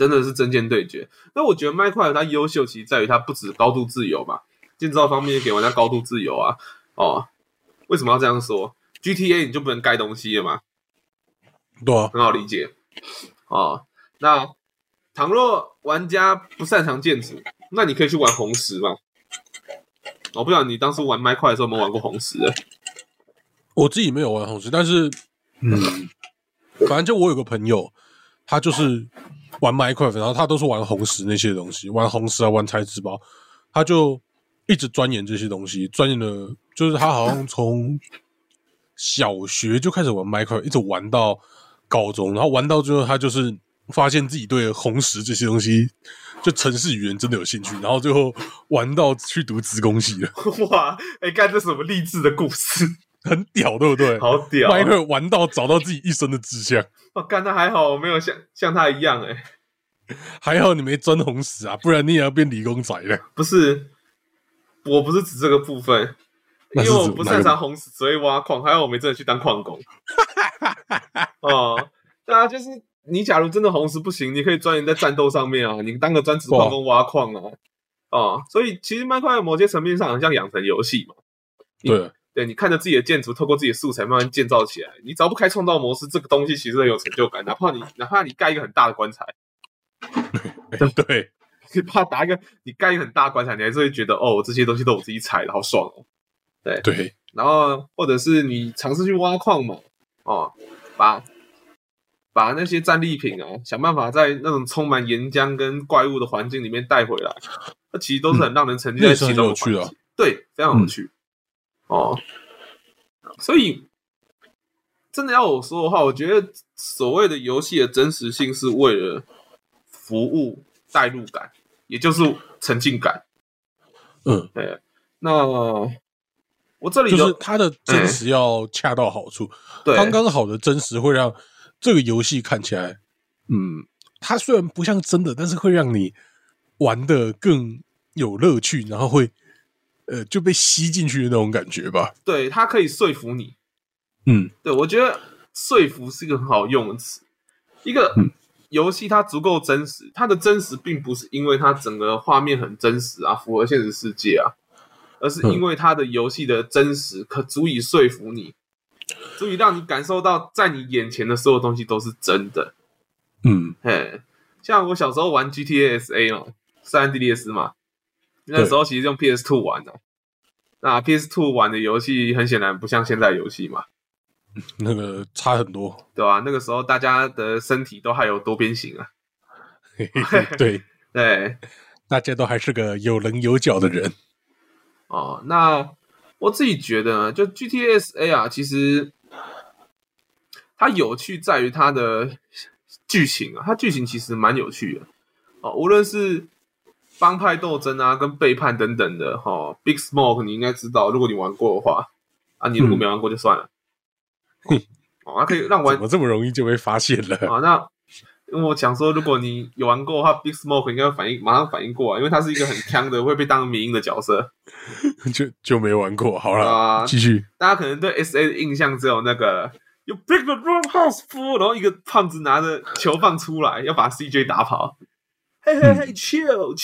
真的是真剑对决。那我觉得 Minecraft 它优秀其实在于它不止高度自由嘛，建造方面给玩家高度自由啊。哦，为什么要这样说 ？G T A 你就不能盖东西了嘛？ 对啊， 很好理解。哦，那倘若玩家不擅长建筑，那你可以去玩红石嘛。我不知道你当初玩 Minecraft 的时候有没有玩过红石的？ 我自己没有玩红石，但是嗯，反正就我有个朋友，他就是玩 Minecraft， 然后他都是玩红石那些东西，玩红石啊，玩材质包，他就一直钻研这些东西，钻研了，就是他好像从小学就开始玩 Minecraft， 一直玩到高中，然后玩到最后，他就是发现自己对红石这些东西，就程式语言真的有兴趣，然后最后玩到去读资工系了。 哇，哎、欸，干这什么励志的故事？ 很屌，对不对？ 好屌 ！Minecraft 玩到找到自己一生的志向。 我干，那还好，我没有像像他一样哎、欸。 还好你没钻红石啊，不然你也要变理工仔了。 不是，我不是指这个部分，因为我不擅长红石，只会挖矿，还好我没真的去当矿工。哦，对啊，就是你假如真的红石不行，你可以钻研在战斗上面啊，你当个专职矿工挖矿啊。哦，所以其实Minecraft某些层面上很像养成游戏嘛。 对。 对，你看着自己的建筑，透过自己的素材慢慢建造起来。你只要不开创造模式，这个东西其实很有成就感。哪怕你哪怕你盖一个很大的棺材， 对， 你怕打一个你盖一个很大的棺材，你还是会觉得哦，这些东西都我自己踩的，好爽哦。对对， 然后或者是你尝试去挖矿嘛，哦，把把那些战利品啊，想办法在那种充满岩浆跟怪物的环境里面带回来，那其实都是很让人沉浸在其中的环境。嗯、对，非常有趣。嗯哦，所以真的要我说的话，我觉得所谓的游戏的真实性是为了服务代入感，也就是沉浸感。 嗯， 对。那我这里就是它的真实要恰到好处，对、刚刚好的真实会让这个游戏看起来，嗯，它虽然不像真的，但是会让你玩得更有乐趣，然后会。呃，就被吸进去的那种感觉吧。 对，它可以说服你。 嗯， 对，我觉得说服是一个很好用的词。一个游戏它足够真实，它的真实并不是因为它整个画面很真实啊，符合现实世界啊，而是因为它的游戏的真实可足以说服你，足以让你感受到在你眼前的所有东西都是真的。 嗯， 嘿，像我小时候玩 G T A S A 嘛，塞安地列斯嘛。那时候其实用 P S 二 玩的，那 P S 二 玩的游戏很显然不像现在游戏嘛， 那个差很多， 对吧、啊？那个时候大家的身体都还有多边形啊， 对对， 大家都还是个有棱有角的人。 哦，那我自己觉得呢，就 G T A S A 啊，其实它有趣在于它的剧情啊，它剧情其实蛮有趣的哦，无论是帮派斗争啊，跟背叛等等的哈、哦、，Big Smoke 你应该知道，如果你玩过的话啊，你如果没玩过就算了。 嗯， 哦，它可以让玩怎么这么容易就被发现了啊？那因为我想说，如果你有玩过的话 ，Big Smoke 应该会反应马上反应过来，因为他是一个很强的会被当迷因的角色， 就就没玩过。好了， 啊， 继续。 大家可能对 S A 的印象只有那个 You break the roundhouse fool， 然后一个胖子拿着球棒出来要把 C J 打跑。嘿嘿嘿 ，chill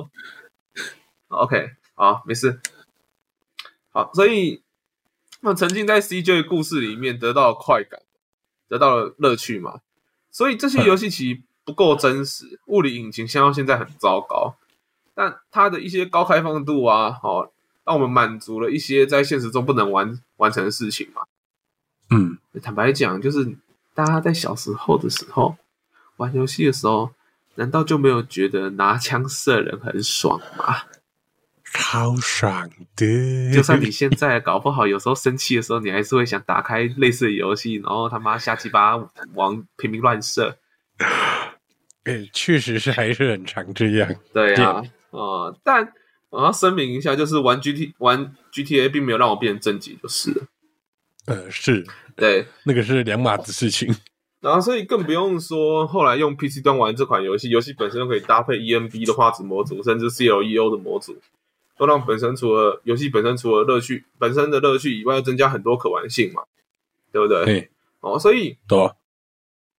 chill。OK， 好，没事。好，所以那沉浸在 C J 的故事里面得到了快感，得到了乐趣嘛。所以这些游戏其实不够真实，物理引擎像到现在很糟糕，但它的一些高开放度啊，哦，让我们满足了一些在现实中不能完完成的事情嘛。 嗯， 坦白讲，就是大家在小时候的时候玩游戏的时候，难道就没有觉得拿枪射人很爽吗？ 超爽的！ 就算你现在搞不好，有时候生气的时候，你还是会想打开类似的游戏，然后他妈瞎鸡巴往平民乱射。 欸，确实是还是很常这样。 对啊，呃，但我要声明一下，就是玩 G T 玩 G T A 并没有让我变成正极，就是了。 呃，是， 对， 那个是两码子事情。 然后，所以更不用说后来用 P C 端玩这款游戏，游戏本身就可以搭配 E N B 的画质模组，甚至 C L E O 的模组，都让本身除了游戏本身除了乐趣本身的乐趣以外，又增加很多可玩性嘛，对不对？ 对， 哦，所以对啊，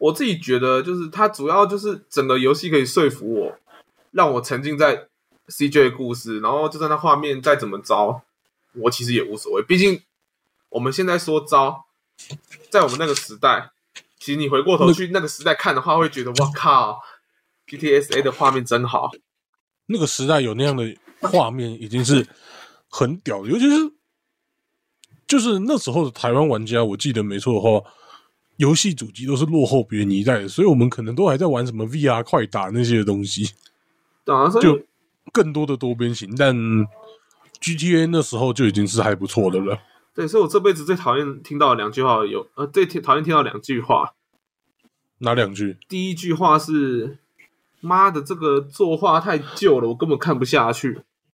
我自己觉得就是它主要就是整个游戏可以说服我，让我沉浸在 C J 的故事，然后就算它画面再怎么糟，我其实也无所谓。毕竟我们现在说糟，在我们那个时代，其实你回过头去那个时代看的话，会觉得哇靠 ，G T S A 的画面真好。 那个时代有那样的画面已经是很屌的，尤其是就是那时候的台湾玩家，我记得没错的话，游戏主机都是落后别人一代的，所以我们可能都还在玩什么 V R 快打那些东西， 对啊，所以就更多的多边形，但 G T A 那时候就已经是还不错的了。 对，所以我这辈子最讨厌听到的两句话有，呃，最讨厌听到两句话。 哪两句？ 第一句话是：“妈的，这个作画太旧了，我根本看不下去。”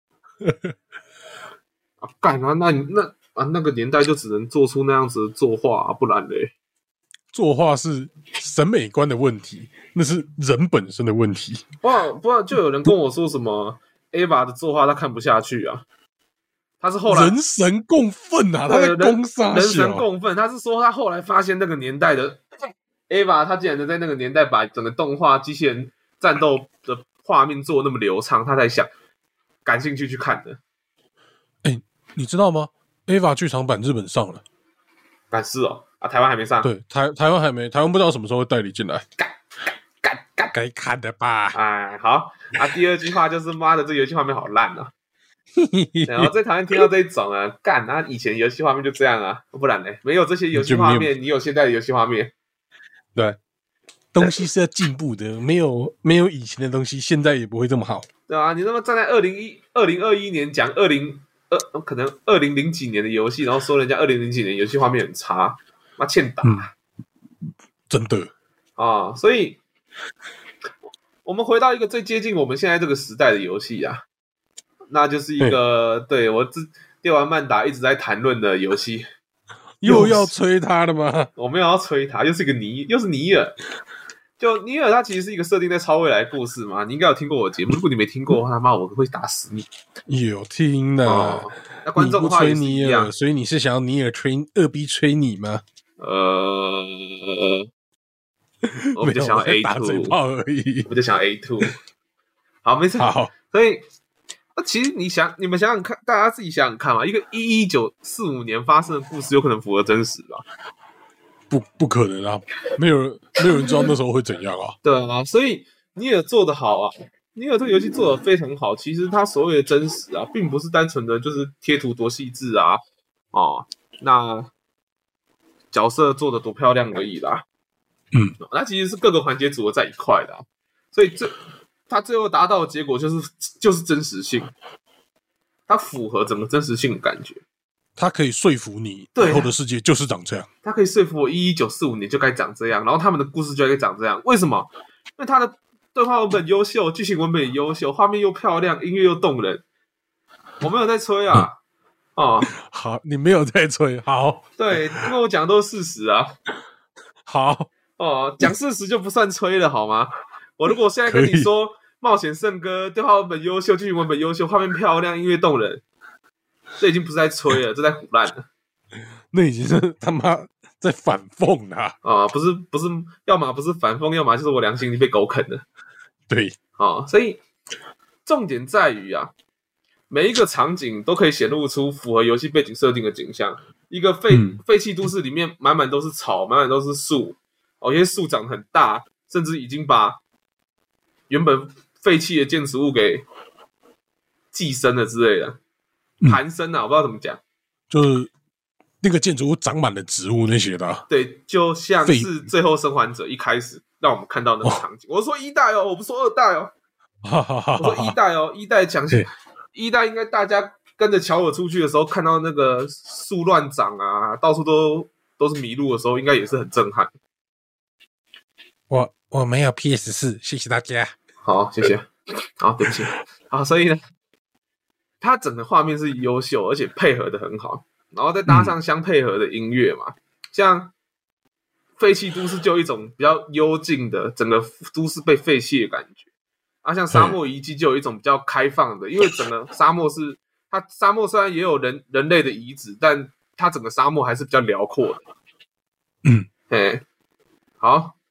啊，干啊！那你那啊那个年代就只能做出那样子的作画、啊，不然嘞， 作画是审美观的问题，那是人本身的问题。 不然不然就有人跟我说什么 A V A 的作画他看不下去啊。他是后来人神共愤啊，他在攻杀人神共愤。他是说他后来发现那个年代的 A V A， 他竟然能在那个年代把整个动画机器人战斗的画面做那么流畅，他才想感兴趣去看的。 哎、欸，你知道吗 ？A V A 剧场版日本上了， 但是哦，啊，台湾还没上。 对，台台湾还没，台湾不知道什么时候会代理进来。 干干干， 该看的吧？ 哎，好啊。第二句话就是妈的，这游戏画面好烂啊！然后最讨厌听到这一种啊，干啊！以前游戏画面就这样啊，不然呢？没有这些游戏画面，你有现在的游戏画面。 对，东西是要进步的，没有没有以前的东西，现在也不会这么好。 对啊，你那么站在二零一二零二一年讲二零二可能二零零几年的游戏，然后说人家二零零几年游戏画面很差，妈欠打、嗯， 真的啊！所以我们回到一个最接近我们现在这个时代的游戏啊。那就是一个对我自电玩漫达一直在谈论的游戏， 又要吹他了吗？ 我没有要吹他，又是一个尼，又是尼尔。就尼尔，它其实是一个设定在超未来的故事嘛。你应该有听过我的节目，如果你没听过的话，他妈我会打死你。 有听的、 哦，那观众的话也是一样， 你不吹尼尔，所以你是想要尼尔吹二逼吹你吗？ 呃，我比较想要 A 打嘴炮而已， 我就想要 A 二。好，没事。 好， 所以。那其实你想，你们想想看，大家自己想想看嘛，一个一一九四五年发生的故事，有可能符合真实吧？ 不，不可能啊！没有人，没有人知道那时候会怎样啊。 对啊，所以尼尔做得好啊，尼尔这个游戏做得非常好。其实它所谓的真实啊，并不是单纯的就是贴图多细致啊，哦，那角色做得多漂亮而已啦。 嗯， 那其实是各个环节组合在一块的、啊，所以这。他最后达到的结果就是就是真实性，它符合整个真实性的感觉。 它可以说服你，以后的世界就是长这样。 它可以说服我，一九四五年就该长这样，然后他们的故事就该长这样。为什么？因为它的对话文本优秀，剧情文本也优秀，画面又漂亮，音乐又动人。我没有在吹啊， 嗯、哦，好，你没有在吹，好， 对，因为我讲的都是事实啊。 好， 哦，讲事实就不算吹了，好吗？我如果现在跟你说《冒险圣歌》对话文本优秀，剧情文本优秀，画面漂亮，音乐动人，这已经不是在吹了，这在唬烂了。 那已经是他妈在反讽了啊、 哦！不是不是，要么不是反讽，要么就是我良心已经被狗啃了。 对， 哦，所以重点在于啊，每一个场景都可以显露出符合游戏背景设定的景象。一个废、嗯、废弃都市里面满满都是草，满满都是树，哦，有些树长得很大，甚至已经把原本废弃的建筑物给寄生了之类的，盘生啊，我不知道怎么讲， 就是那个建筑物长满了植物那些的、啊。 对，就像是最后生还者一开始让我们看到那个场景。哦、我说一代哦，我不说二代哦，我说一代哦，一代讲一代应该大家跟着乔尔出去的时候，看到那个树乱长啊，到处都都是迷路的时候，应该也是很震撼。 我我没有 P S 四， 谢谢大家。 好，谢谢。好，对不起。好，所以呢，它整个画面是优秀，而且配合的很好，然后再搭上相配合的音乐嘛，嗯、像废弃都市就有一种比较幽静的整个都市被废弃的感觉。啊，像沙漠遗迹就有一种比较开放的，因为整个沙漠是它沙漠虽然也有人人类的遗址，但它整个沙漠还是比较辽阔的。 嗯， 嘿，好。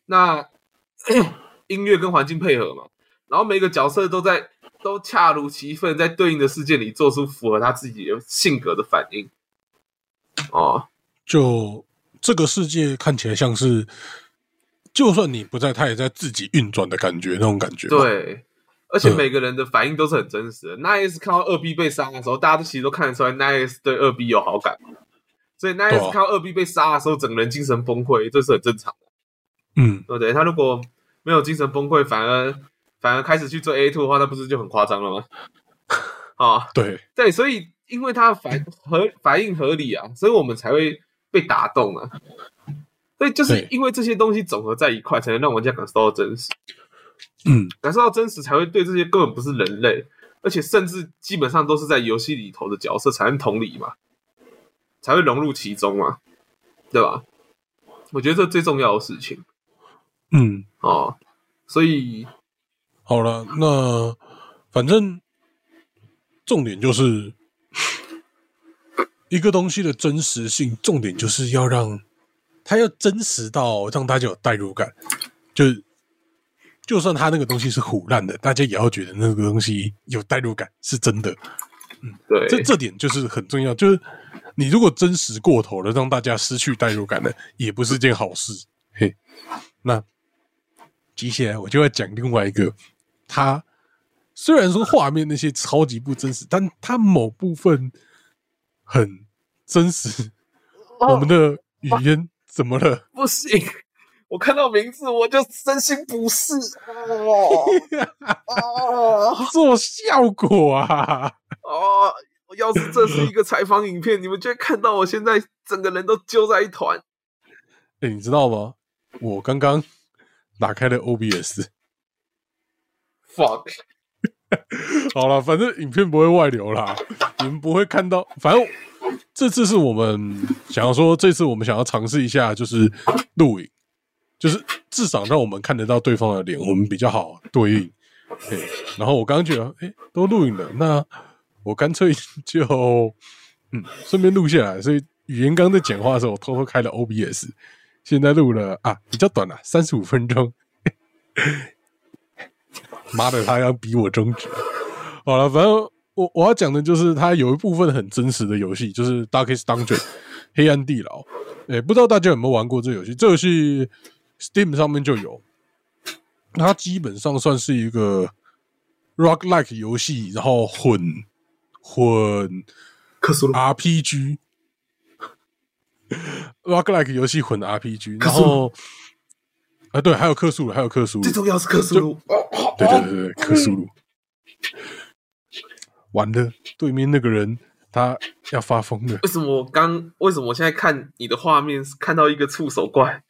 那音乐跟环境配合嘛，然后每个角色都在都恰如其分，在对应的事件里做出符合他自己的性格的反应。哦， 就这个世界看起来像是，就算你不在，它也在自己运转的感觉，那种感觉。 对，而且每个人的反应都是很真实的。Nice 看到二 B 被杀的时候，大家都其实都看得出来 Nice 对二 B 有好感嘛。所以 Nice 看到二 B 被杀的时候，整个人精神崩溃，这是很正常的。 嗯， 对不对？他如果没有精神崩溃，反而反而开始去追 A 二 的话，那不是就很夸张了吗？啊， 对对，所以因为他反合反应合理啊，所以我们才会被打动啊。所以就是因为这些东西总合在一块，才能让玩家感受到真实。 嗯， 感受到真实，才会对这些根本不是人类，而且甚至基本上都是在游戏里头的角色产生同理嘛，才会融入其中嘛，对吧？我觉得这最重要的事情。 嗯， 哦，所以好了，那反正重点就是一个东西的真实性，重点就是要让它要真实到让大家有代入感，就就算它那个东西是唬烂的，大家也要觉得那个东西有代入感，是真的。嗯， 对， 这这点就是很重要，就是你如果真实过头了，让大家失去代入感了，也不是件好事。嘿，那接下来我就要讲另外一个，它虽然说画面那些超级不真实，但它某部分很真实。 哦、 我们的语言怎么了？ 不行，我看到名字我就身心不适。哦哦、做效果啊！ 哦，要是这是一个采访影片，你们就会看到我现在整个人都揪在一团。 哎、欸，你知道吗？我刚刚打开了 O B S。Fuck 好了，反正影片不会外流啦，你们不会看到。反正这次是我们想要说，这次我们想要尝试一下，就是录影，就是至少让我们看得到对方的脸，我们比较好对应。欸、然后我刚刚觉得，哎、欸，都录影了，那我干脆就嗯顺便录下来。所以语言刚在讲话的时候，我偷偷开了 O B S， 现在录了啊，比较短了，三十五分钟。妈的，他要逼我终止。好了，反正我我要讲的就是它有一部分很真实的游戏，就是 Darkest Dungeon 黑暗地牢。欸，不知道大家有没有玩过这个游戏？这个游戏 Steam 上面就有，它基本上算是一个 roguelike 游戏，然后混混 R P G。roguelike 游戏混 R P G， 然后啊对，还有克苏鲁，还有克苏鲁， 最重要是克苏鲁。 对对对对，克苏鲁。完了，对面那个人他要发疯了。 为什么我刚？为什么我现在看你的画面看到一个触手怪？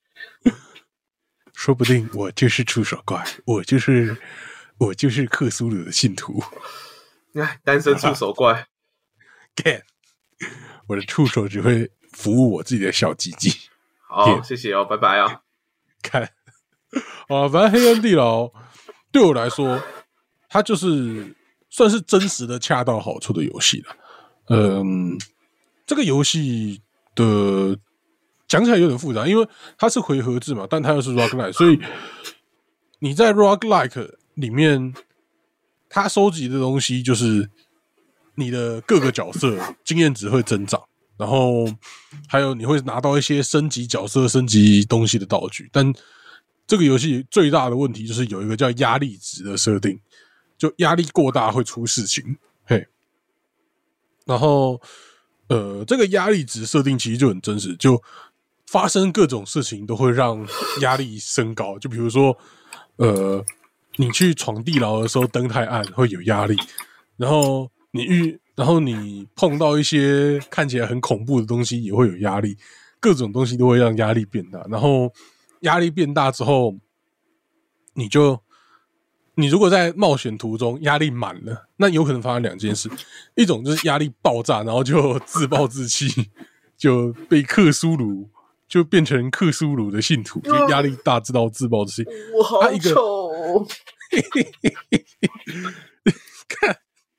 说不定我就是触手怪，我就是我就是克苏鲁的信徒。 哎，单身触手怪。 干，我的触手只会服务我自己的小鸡鸡。 好，谢谢哦，拜拜啊。 看，啊，反正黑暗地牢对我来说，它就是算是真实的恰到好处的游戏了。嗯，这个游戏的讲起来有点复杂，因为它是回合制嘛，但它又是 roguelike， 所以你在 roguelike 里面，它收集的东西就是你的各个角色经验值会增长，然后还有你会拿到一些升级角色、升级东西的道具。但这个游戏最大的问题就是有一个叫压力值的设定，就压力过大会出事情。嘿，然后呃，这个压力值设定其实就很真实，就发生各种事情都会让压力升高。就比如说，呃，你去闯地牢的时候灯太暗会有压力，然后你遇，然后你碰到一些看起来很恐怖的东西也会有压力，各种东西都会让压力变大。然后压力变大之后，你就你如果在冒险途中压力满了，那有可能发生两件事，一种就是压力爆炸，然后就自暴自弃，就被克苏鲁就变成克苏鲁的信徒，就压力大知道自暴自弃。 我好丑， 看。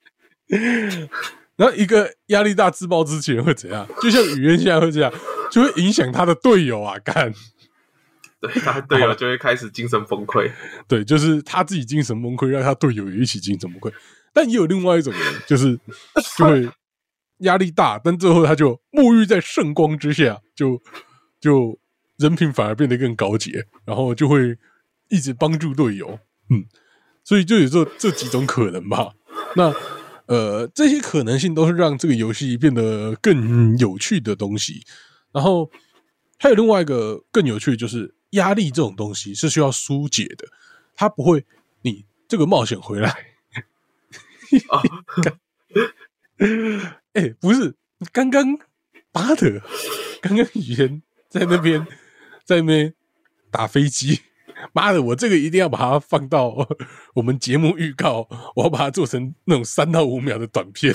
然后一个压力大自暴自弃人会怎样？就像语言现在会这样，就会影响他的队友啊！干， 对，他队友就会开始精神崩溃。 对，就是他自己精神崩溃，让他队友也一起精神崩溃。但也有另外一种人，就是就会压力大，但最后他就沐浴在圣光之下，就就人品反而变得更高洁，然后就会一直帮助队友。嗯，所以就有这这几种可能吧。那呃，这些可能性都是让这个游戏变得更有趣的东西。然后还有另外一个更有趣的就是压力这种东西是需要疏解的，它不会你这个冒险回来。 哦哎、欸，不是，刚刚巴德，刚刚语言在那边在那边打飞机。妈的，我这个一定要把它放到我们节目预告，我要把它做成那种三到五秒的短片。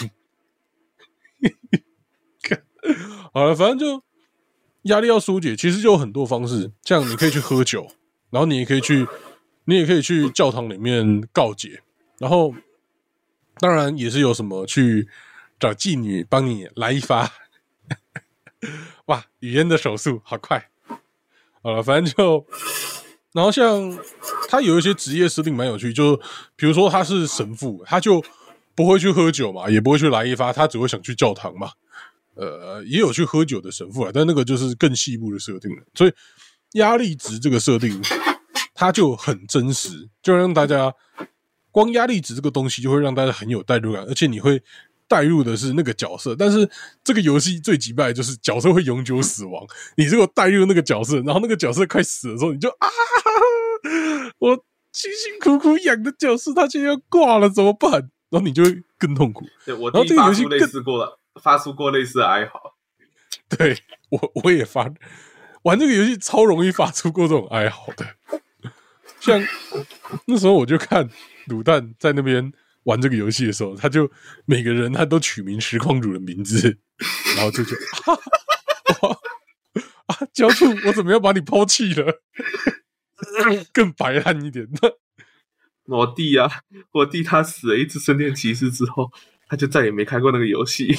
好了，反正就压力要疏解，其实就有很多方式，像你可以去喝酒，然后你也可以去，你也可以去教堂里面告解，然后当然也是有什么去找妓女帮你来一发。哇，语言的手速好快。好了，反正就。然后像他有一些职业设定蛮有趣，就比如说他是神父，他就不会去喝酒嘛，也不会去来一发，他只会想去教堂嘛。呃，也有去喝酒的神父啦，但那个就是更细部的设定了。所以压力值这个设定，它就很真实，就让大家光压力值这个东西就会让大家很有代入感，而且你会带入的是那个角色，但是这个游戏最击败的就是角色会永久死亡。你如果带入那个角色，然后那个角色快死的时候，你就啊，我辛辛苦苦养的角色他现在要挂了怎么办？然后你就会更痛苦。 对，我弟发出类似过了，发出过类似的哀嚎。 对，我我也发玩这个游戏超容易发出过这种哀嚎的。像那时候我就看卤蛋在那边玩这个游戏的时候，他就每个人他都取名实况主的名字，然后就就啊啊，焦兔，我怎么要把你抛弃了？更白烂一点。 我弟啊，我弟他死了一只圣殿骑士之后，他就再也没开过那个游戏。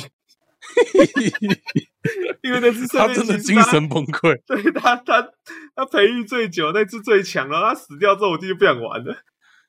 因为那只圣殿骑士他真的精神崩溃。 对，他他他培育最久，那只最强，然后他死掉之后，我弟就不想玩了。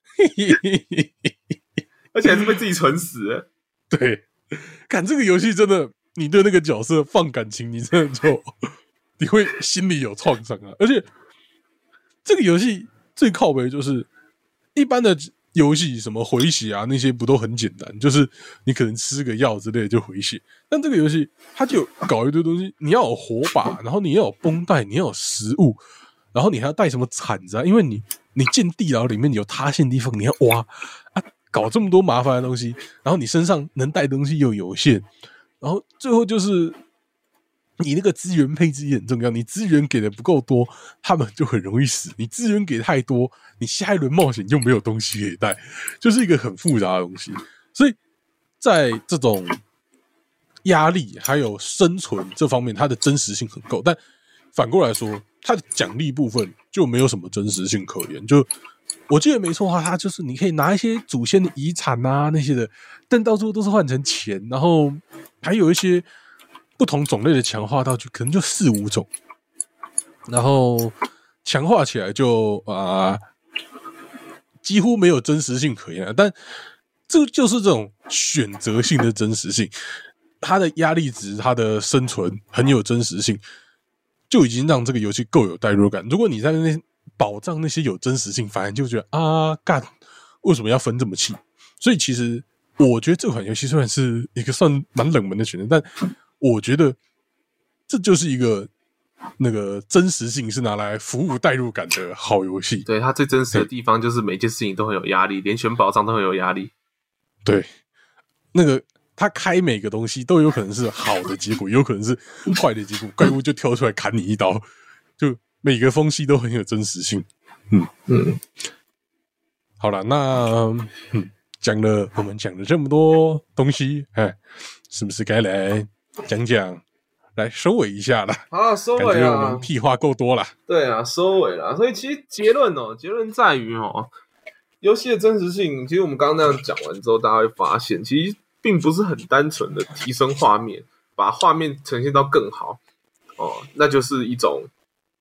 而且还是被自己蠢死了。 对，看这个游戏真的，你对那个角色放感情，你真的就你会心里有创伤啊。而且这个游戏最靠北就是一般的游戏，什么回血啊那些不都很简单，就是你可能吃个药之类的就回血。但这个游戏它就搞一堆东西，你要有火把，然后你要有绷带，你要有食物，然后你还要带什么铲子啊，因为你你进地牢里面有塌陷的地方，你要挖啊，搞这么多麻烦的东西，然后你身上能带的东西又有限，然后最后就是你那个资源配置也很重要，你资源给的不够多，他们就很容易死；你资源给太多，你下一轮冒险又没有东西可以带，就是一个很复杂的东西。所以在这种压力还有生存这方面，它的真实性很够，但反过来说，它的奖励部分就没有什么真实性可言。就我记得没错的话，它就是你可以拿一些祖先的遗产啊那些的，但到最后都是换成钱，然后还有一些不同种类的强化道具，可能就四五种，然后强化起来就啊、呃、几乎没有真实性可言了。但这就是这种选择性的真实性，它的压力值、它的生存很有真实性，就已经让这个游戏够有代入感。如果你在那边保障那些有真实性，反而就觉得啊干，为什么要分这么细？所以其实我觉得这款游戏虽然是一个算蛮冷门的选择，但我觉得这就是一个那个真实性是拿来服务代入感的好游戏。 对，它最真实的地方就是每件事情都很有压力，连选宝藏都很有压力。 对，那个他开每个东西都有可能是好的结果，也有可能是坏的结果，怪物就跳出来砍你一刀，就每个缝隙都很有真实性。嗯嗯，好了，那嗯讲了我们讲了这么多东西，哎，是不是该来讲讲，来收尾一下了？ 好，收尾啊！ 感觉我们屁话够多了。 对啊，收尾了。所以其实结论哦，结论在于哦，游戏的真实性，其实我们刚刚那样讲完之后，大家会发现，其实并不是很单纯的提升画面，把画面呈现到更好哦，那就是一种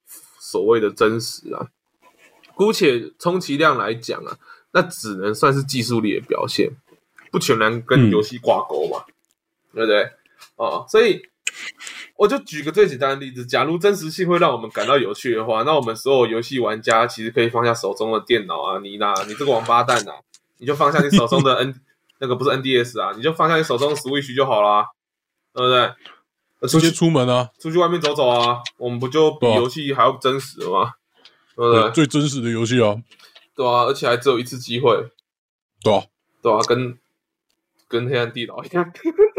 所谓的真实啊。姑且充其量来讲啊，那只能算是技术力的表现，不全然跟游戏挂钩嘛，嗯、对不对？哦，所以我就举个最简单的例子，假如真实性会让我们感到有趣的话，那我们所有游戏玩家其实可以放下手中的电脑啊，你啦，你这个王八蛋啊，你就放下你手中的 N 那个不是 N D S 啊，你就放下你手中的 Switch 就好啦，对不对？ 出去出门啊， 出去外面走走啊，我们不就比游戏还要真实了吗？对不对？ 对，最真实的游戏啊，对啊，而且还只有一次机会， 对啊， 对啊，跟跟黑暗地牢一样。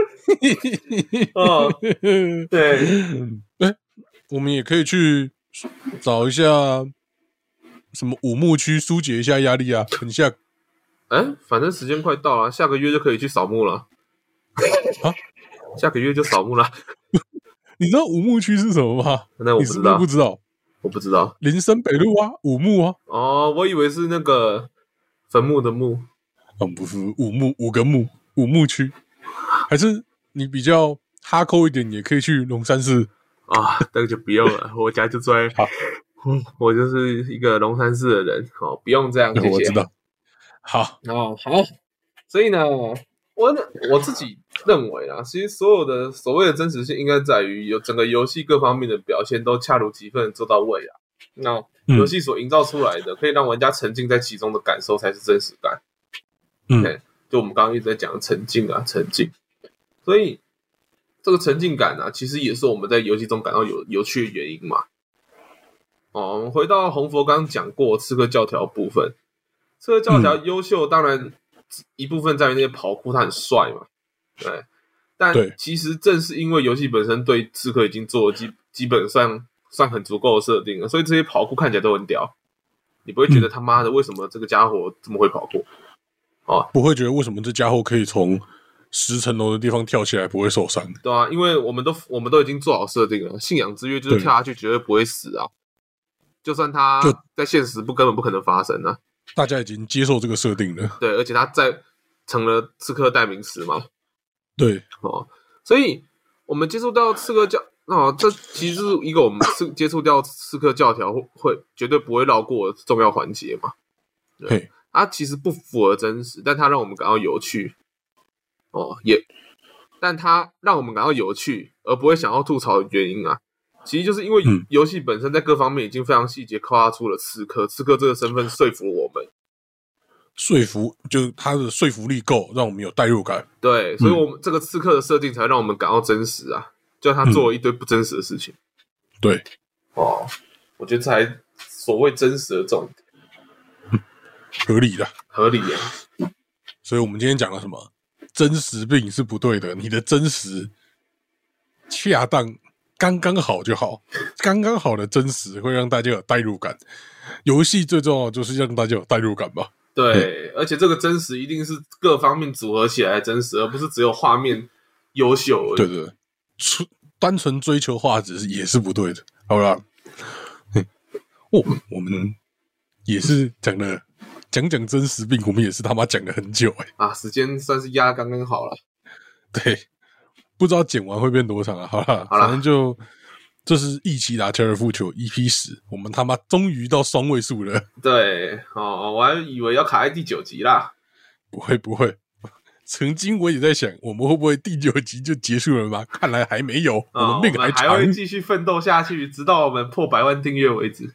哦，对， 哎，我们也可以去找一下什么武牧区疏解一下压力啊，很像。 哎，反正时间快到了，下个月就可以去扫墓了。 啊， 下个月就扫墓了。 你知道武牧区是什么吗？ 那我不知道， 你是不是不知道？ 我不知道。 林森北路啊，武牧啊。 哦，我以为是那个坟墓的墓。 嗯，不是武牧，五个墓，武牧区。还是你比较哈扣一点，也可以去龙山寺啊，那个就不用了。我家就在，我就是一个龙山寺的人，好，不用这样，谢谢。 我知道。好哦，好，所以呢，我我自己认为啊，其实所有的所谓的真实性，应该在于有整个游戏各方面的表现都恰如其分的做到位啊。那游戏所营造出来的，可以让玩家沉浸在其中的感受，才是真实感。嗯，就我们刚刚一直在讲的沉浸啊，沉浸。所以这个沉浸感啊，其实也是我们在游戏中感到有有趣的原因嘛。哦，我们回到红佛刚刚讲过刺客教条部分。刺客教条优秀，当然一部分在于那些跑酷，他很帅嘛，对。但其实正是因为游戏本身对刺客已经做了基基本上算很足够的设定了，所以这些跑酷看起来都很屌。你不会觉得他妈的为什么这个家伙这么会跑酷？哦， 不会觉得为什么这家伙可以从十层楼的地方跳起来不会受伤？ 对啊，因为我们都我们都已经做好设定了，信仰之约就是跳下去绝对不会死啊，就算他在现实不根本不可能发生啊。 大家已经接受这个设定了， 对，而且他在成了刺客代名词嘛， 对， 哦，所以我们接触到刺客教，哦，这其实是一个我们接触到刺客教条会绝对不会绕过的重要环节嘛。对，它其实不符合真实，但它让我们感到有趣，哦，也，但它让我们感到有趣，而不会想要吐槽的原因啊。其实就是因为游戏本身在各方面已经非常细节刻画出了刺客，刺客这个身份说服我们， 说服就是他的说服力够，让我们有代入感。 对，所以我们这个刺客的设定才让我们感到真实啊，就他做了一堆不真实的事情。 嗯、对， 哦，我觉得这才所谓真实的重点， 合理的， 合理啊。 所以我们今天讲了什么？真实病是不对的，你的真实恰当。刚刚好就好，刚刚好的真实会让大家有代入感。游戏最重要就是让大家有代入感吧。 对，而且这个真实一定是各方面组合起来的真实，而不是只有画面优秀而已。 对对对，单纯追求画质也是不对的。好啦，哦，我们也是讲了讲讲真实病，我们也是他妈讲了很久哎、 欸。啊，时间算是压刚刚好了。 对。不知道剪完会变多长啊？好啦，反正就这是一起打高尔夫球 E P 十，我们他妈终于到双位数了。 对，哦，我还以为要卡在第九集啦。 不会不会，曾经我也在想，我们会不会第九集就结束了吗？看来还没有， 哦、 我们命还长， 还会继续奋斗下去，直到我们破百万订阅为止。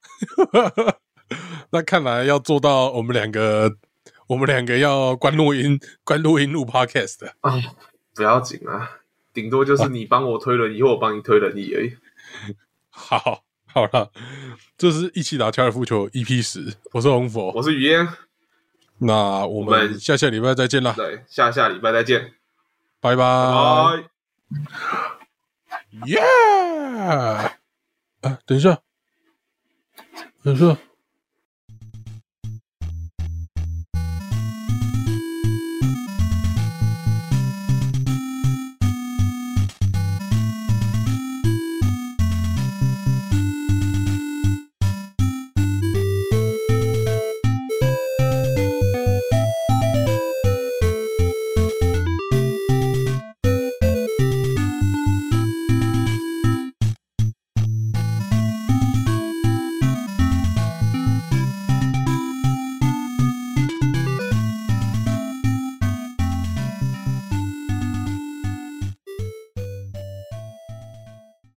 那看来要做到我们两个，我们两个要关录音，关录音录 podcast 的啊。不要紧啊，顶多就是你帮我推轮椅，或我帮你推轮椅而已。 好，好了，这是一起打高尔夫球 E P 十，我是红佛， 我是雨嫣， 那我们下下礼拜再见啦。 对，下下礼拜再见， 拜拜。 拜。 耶！啊，等一下，等一下。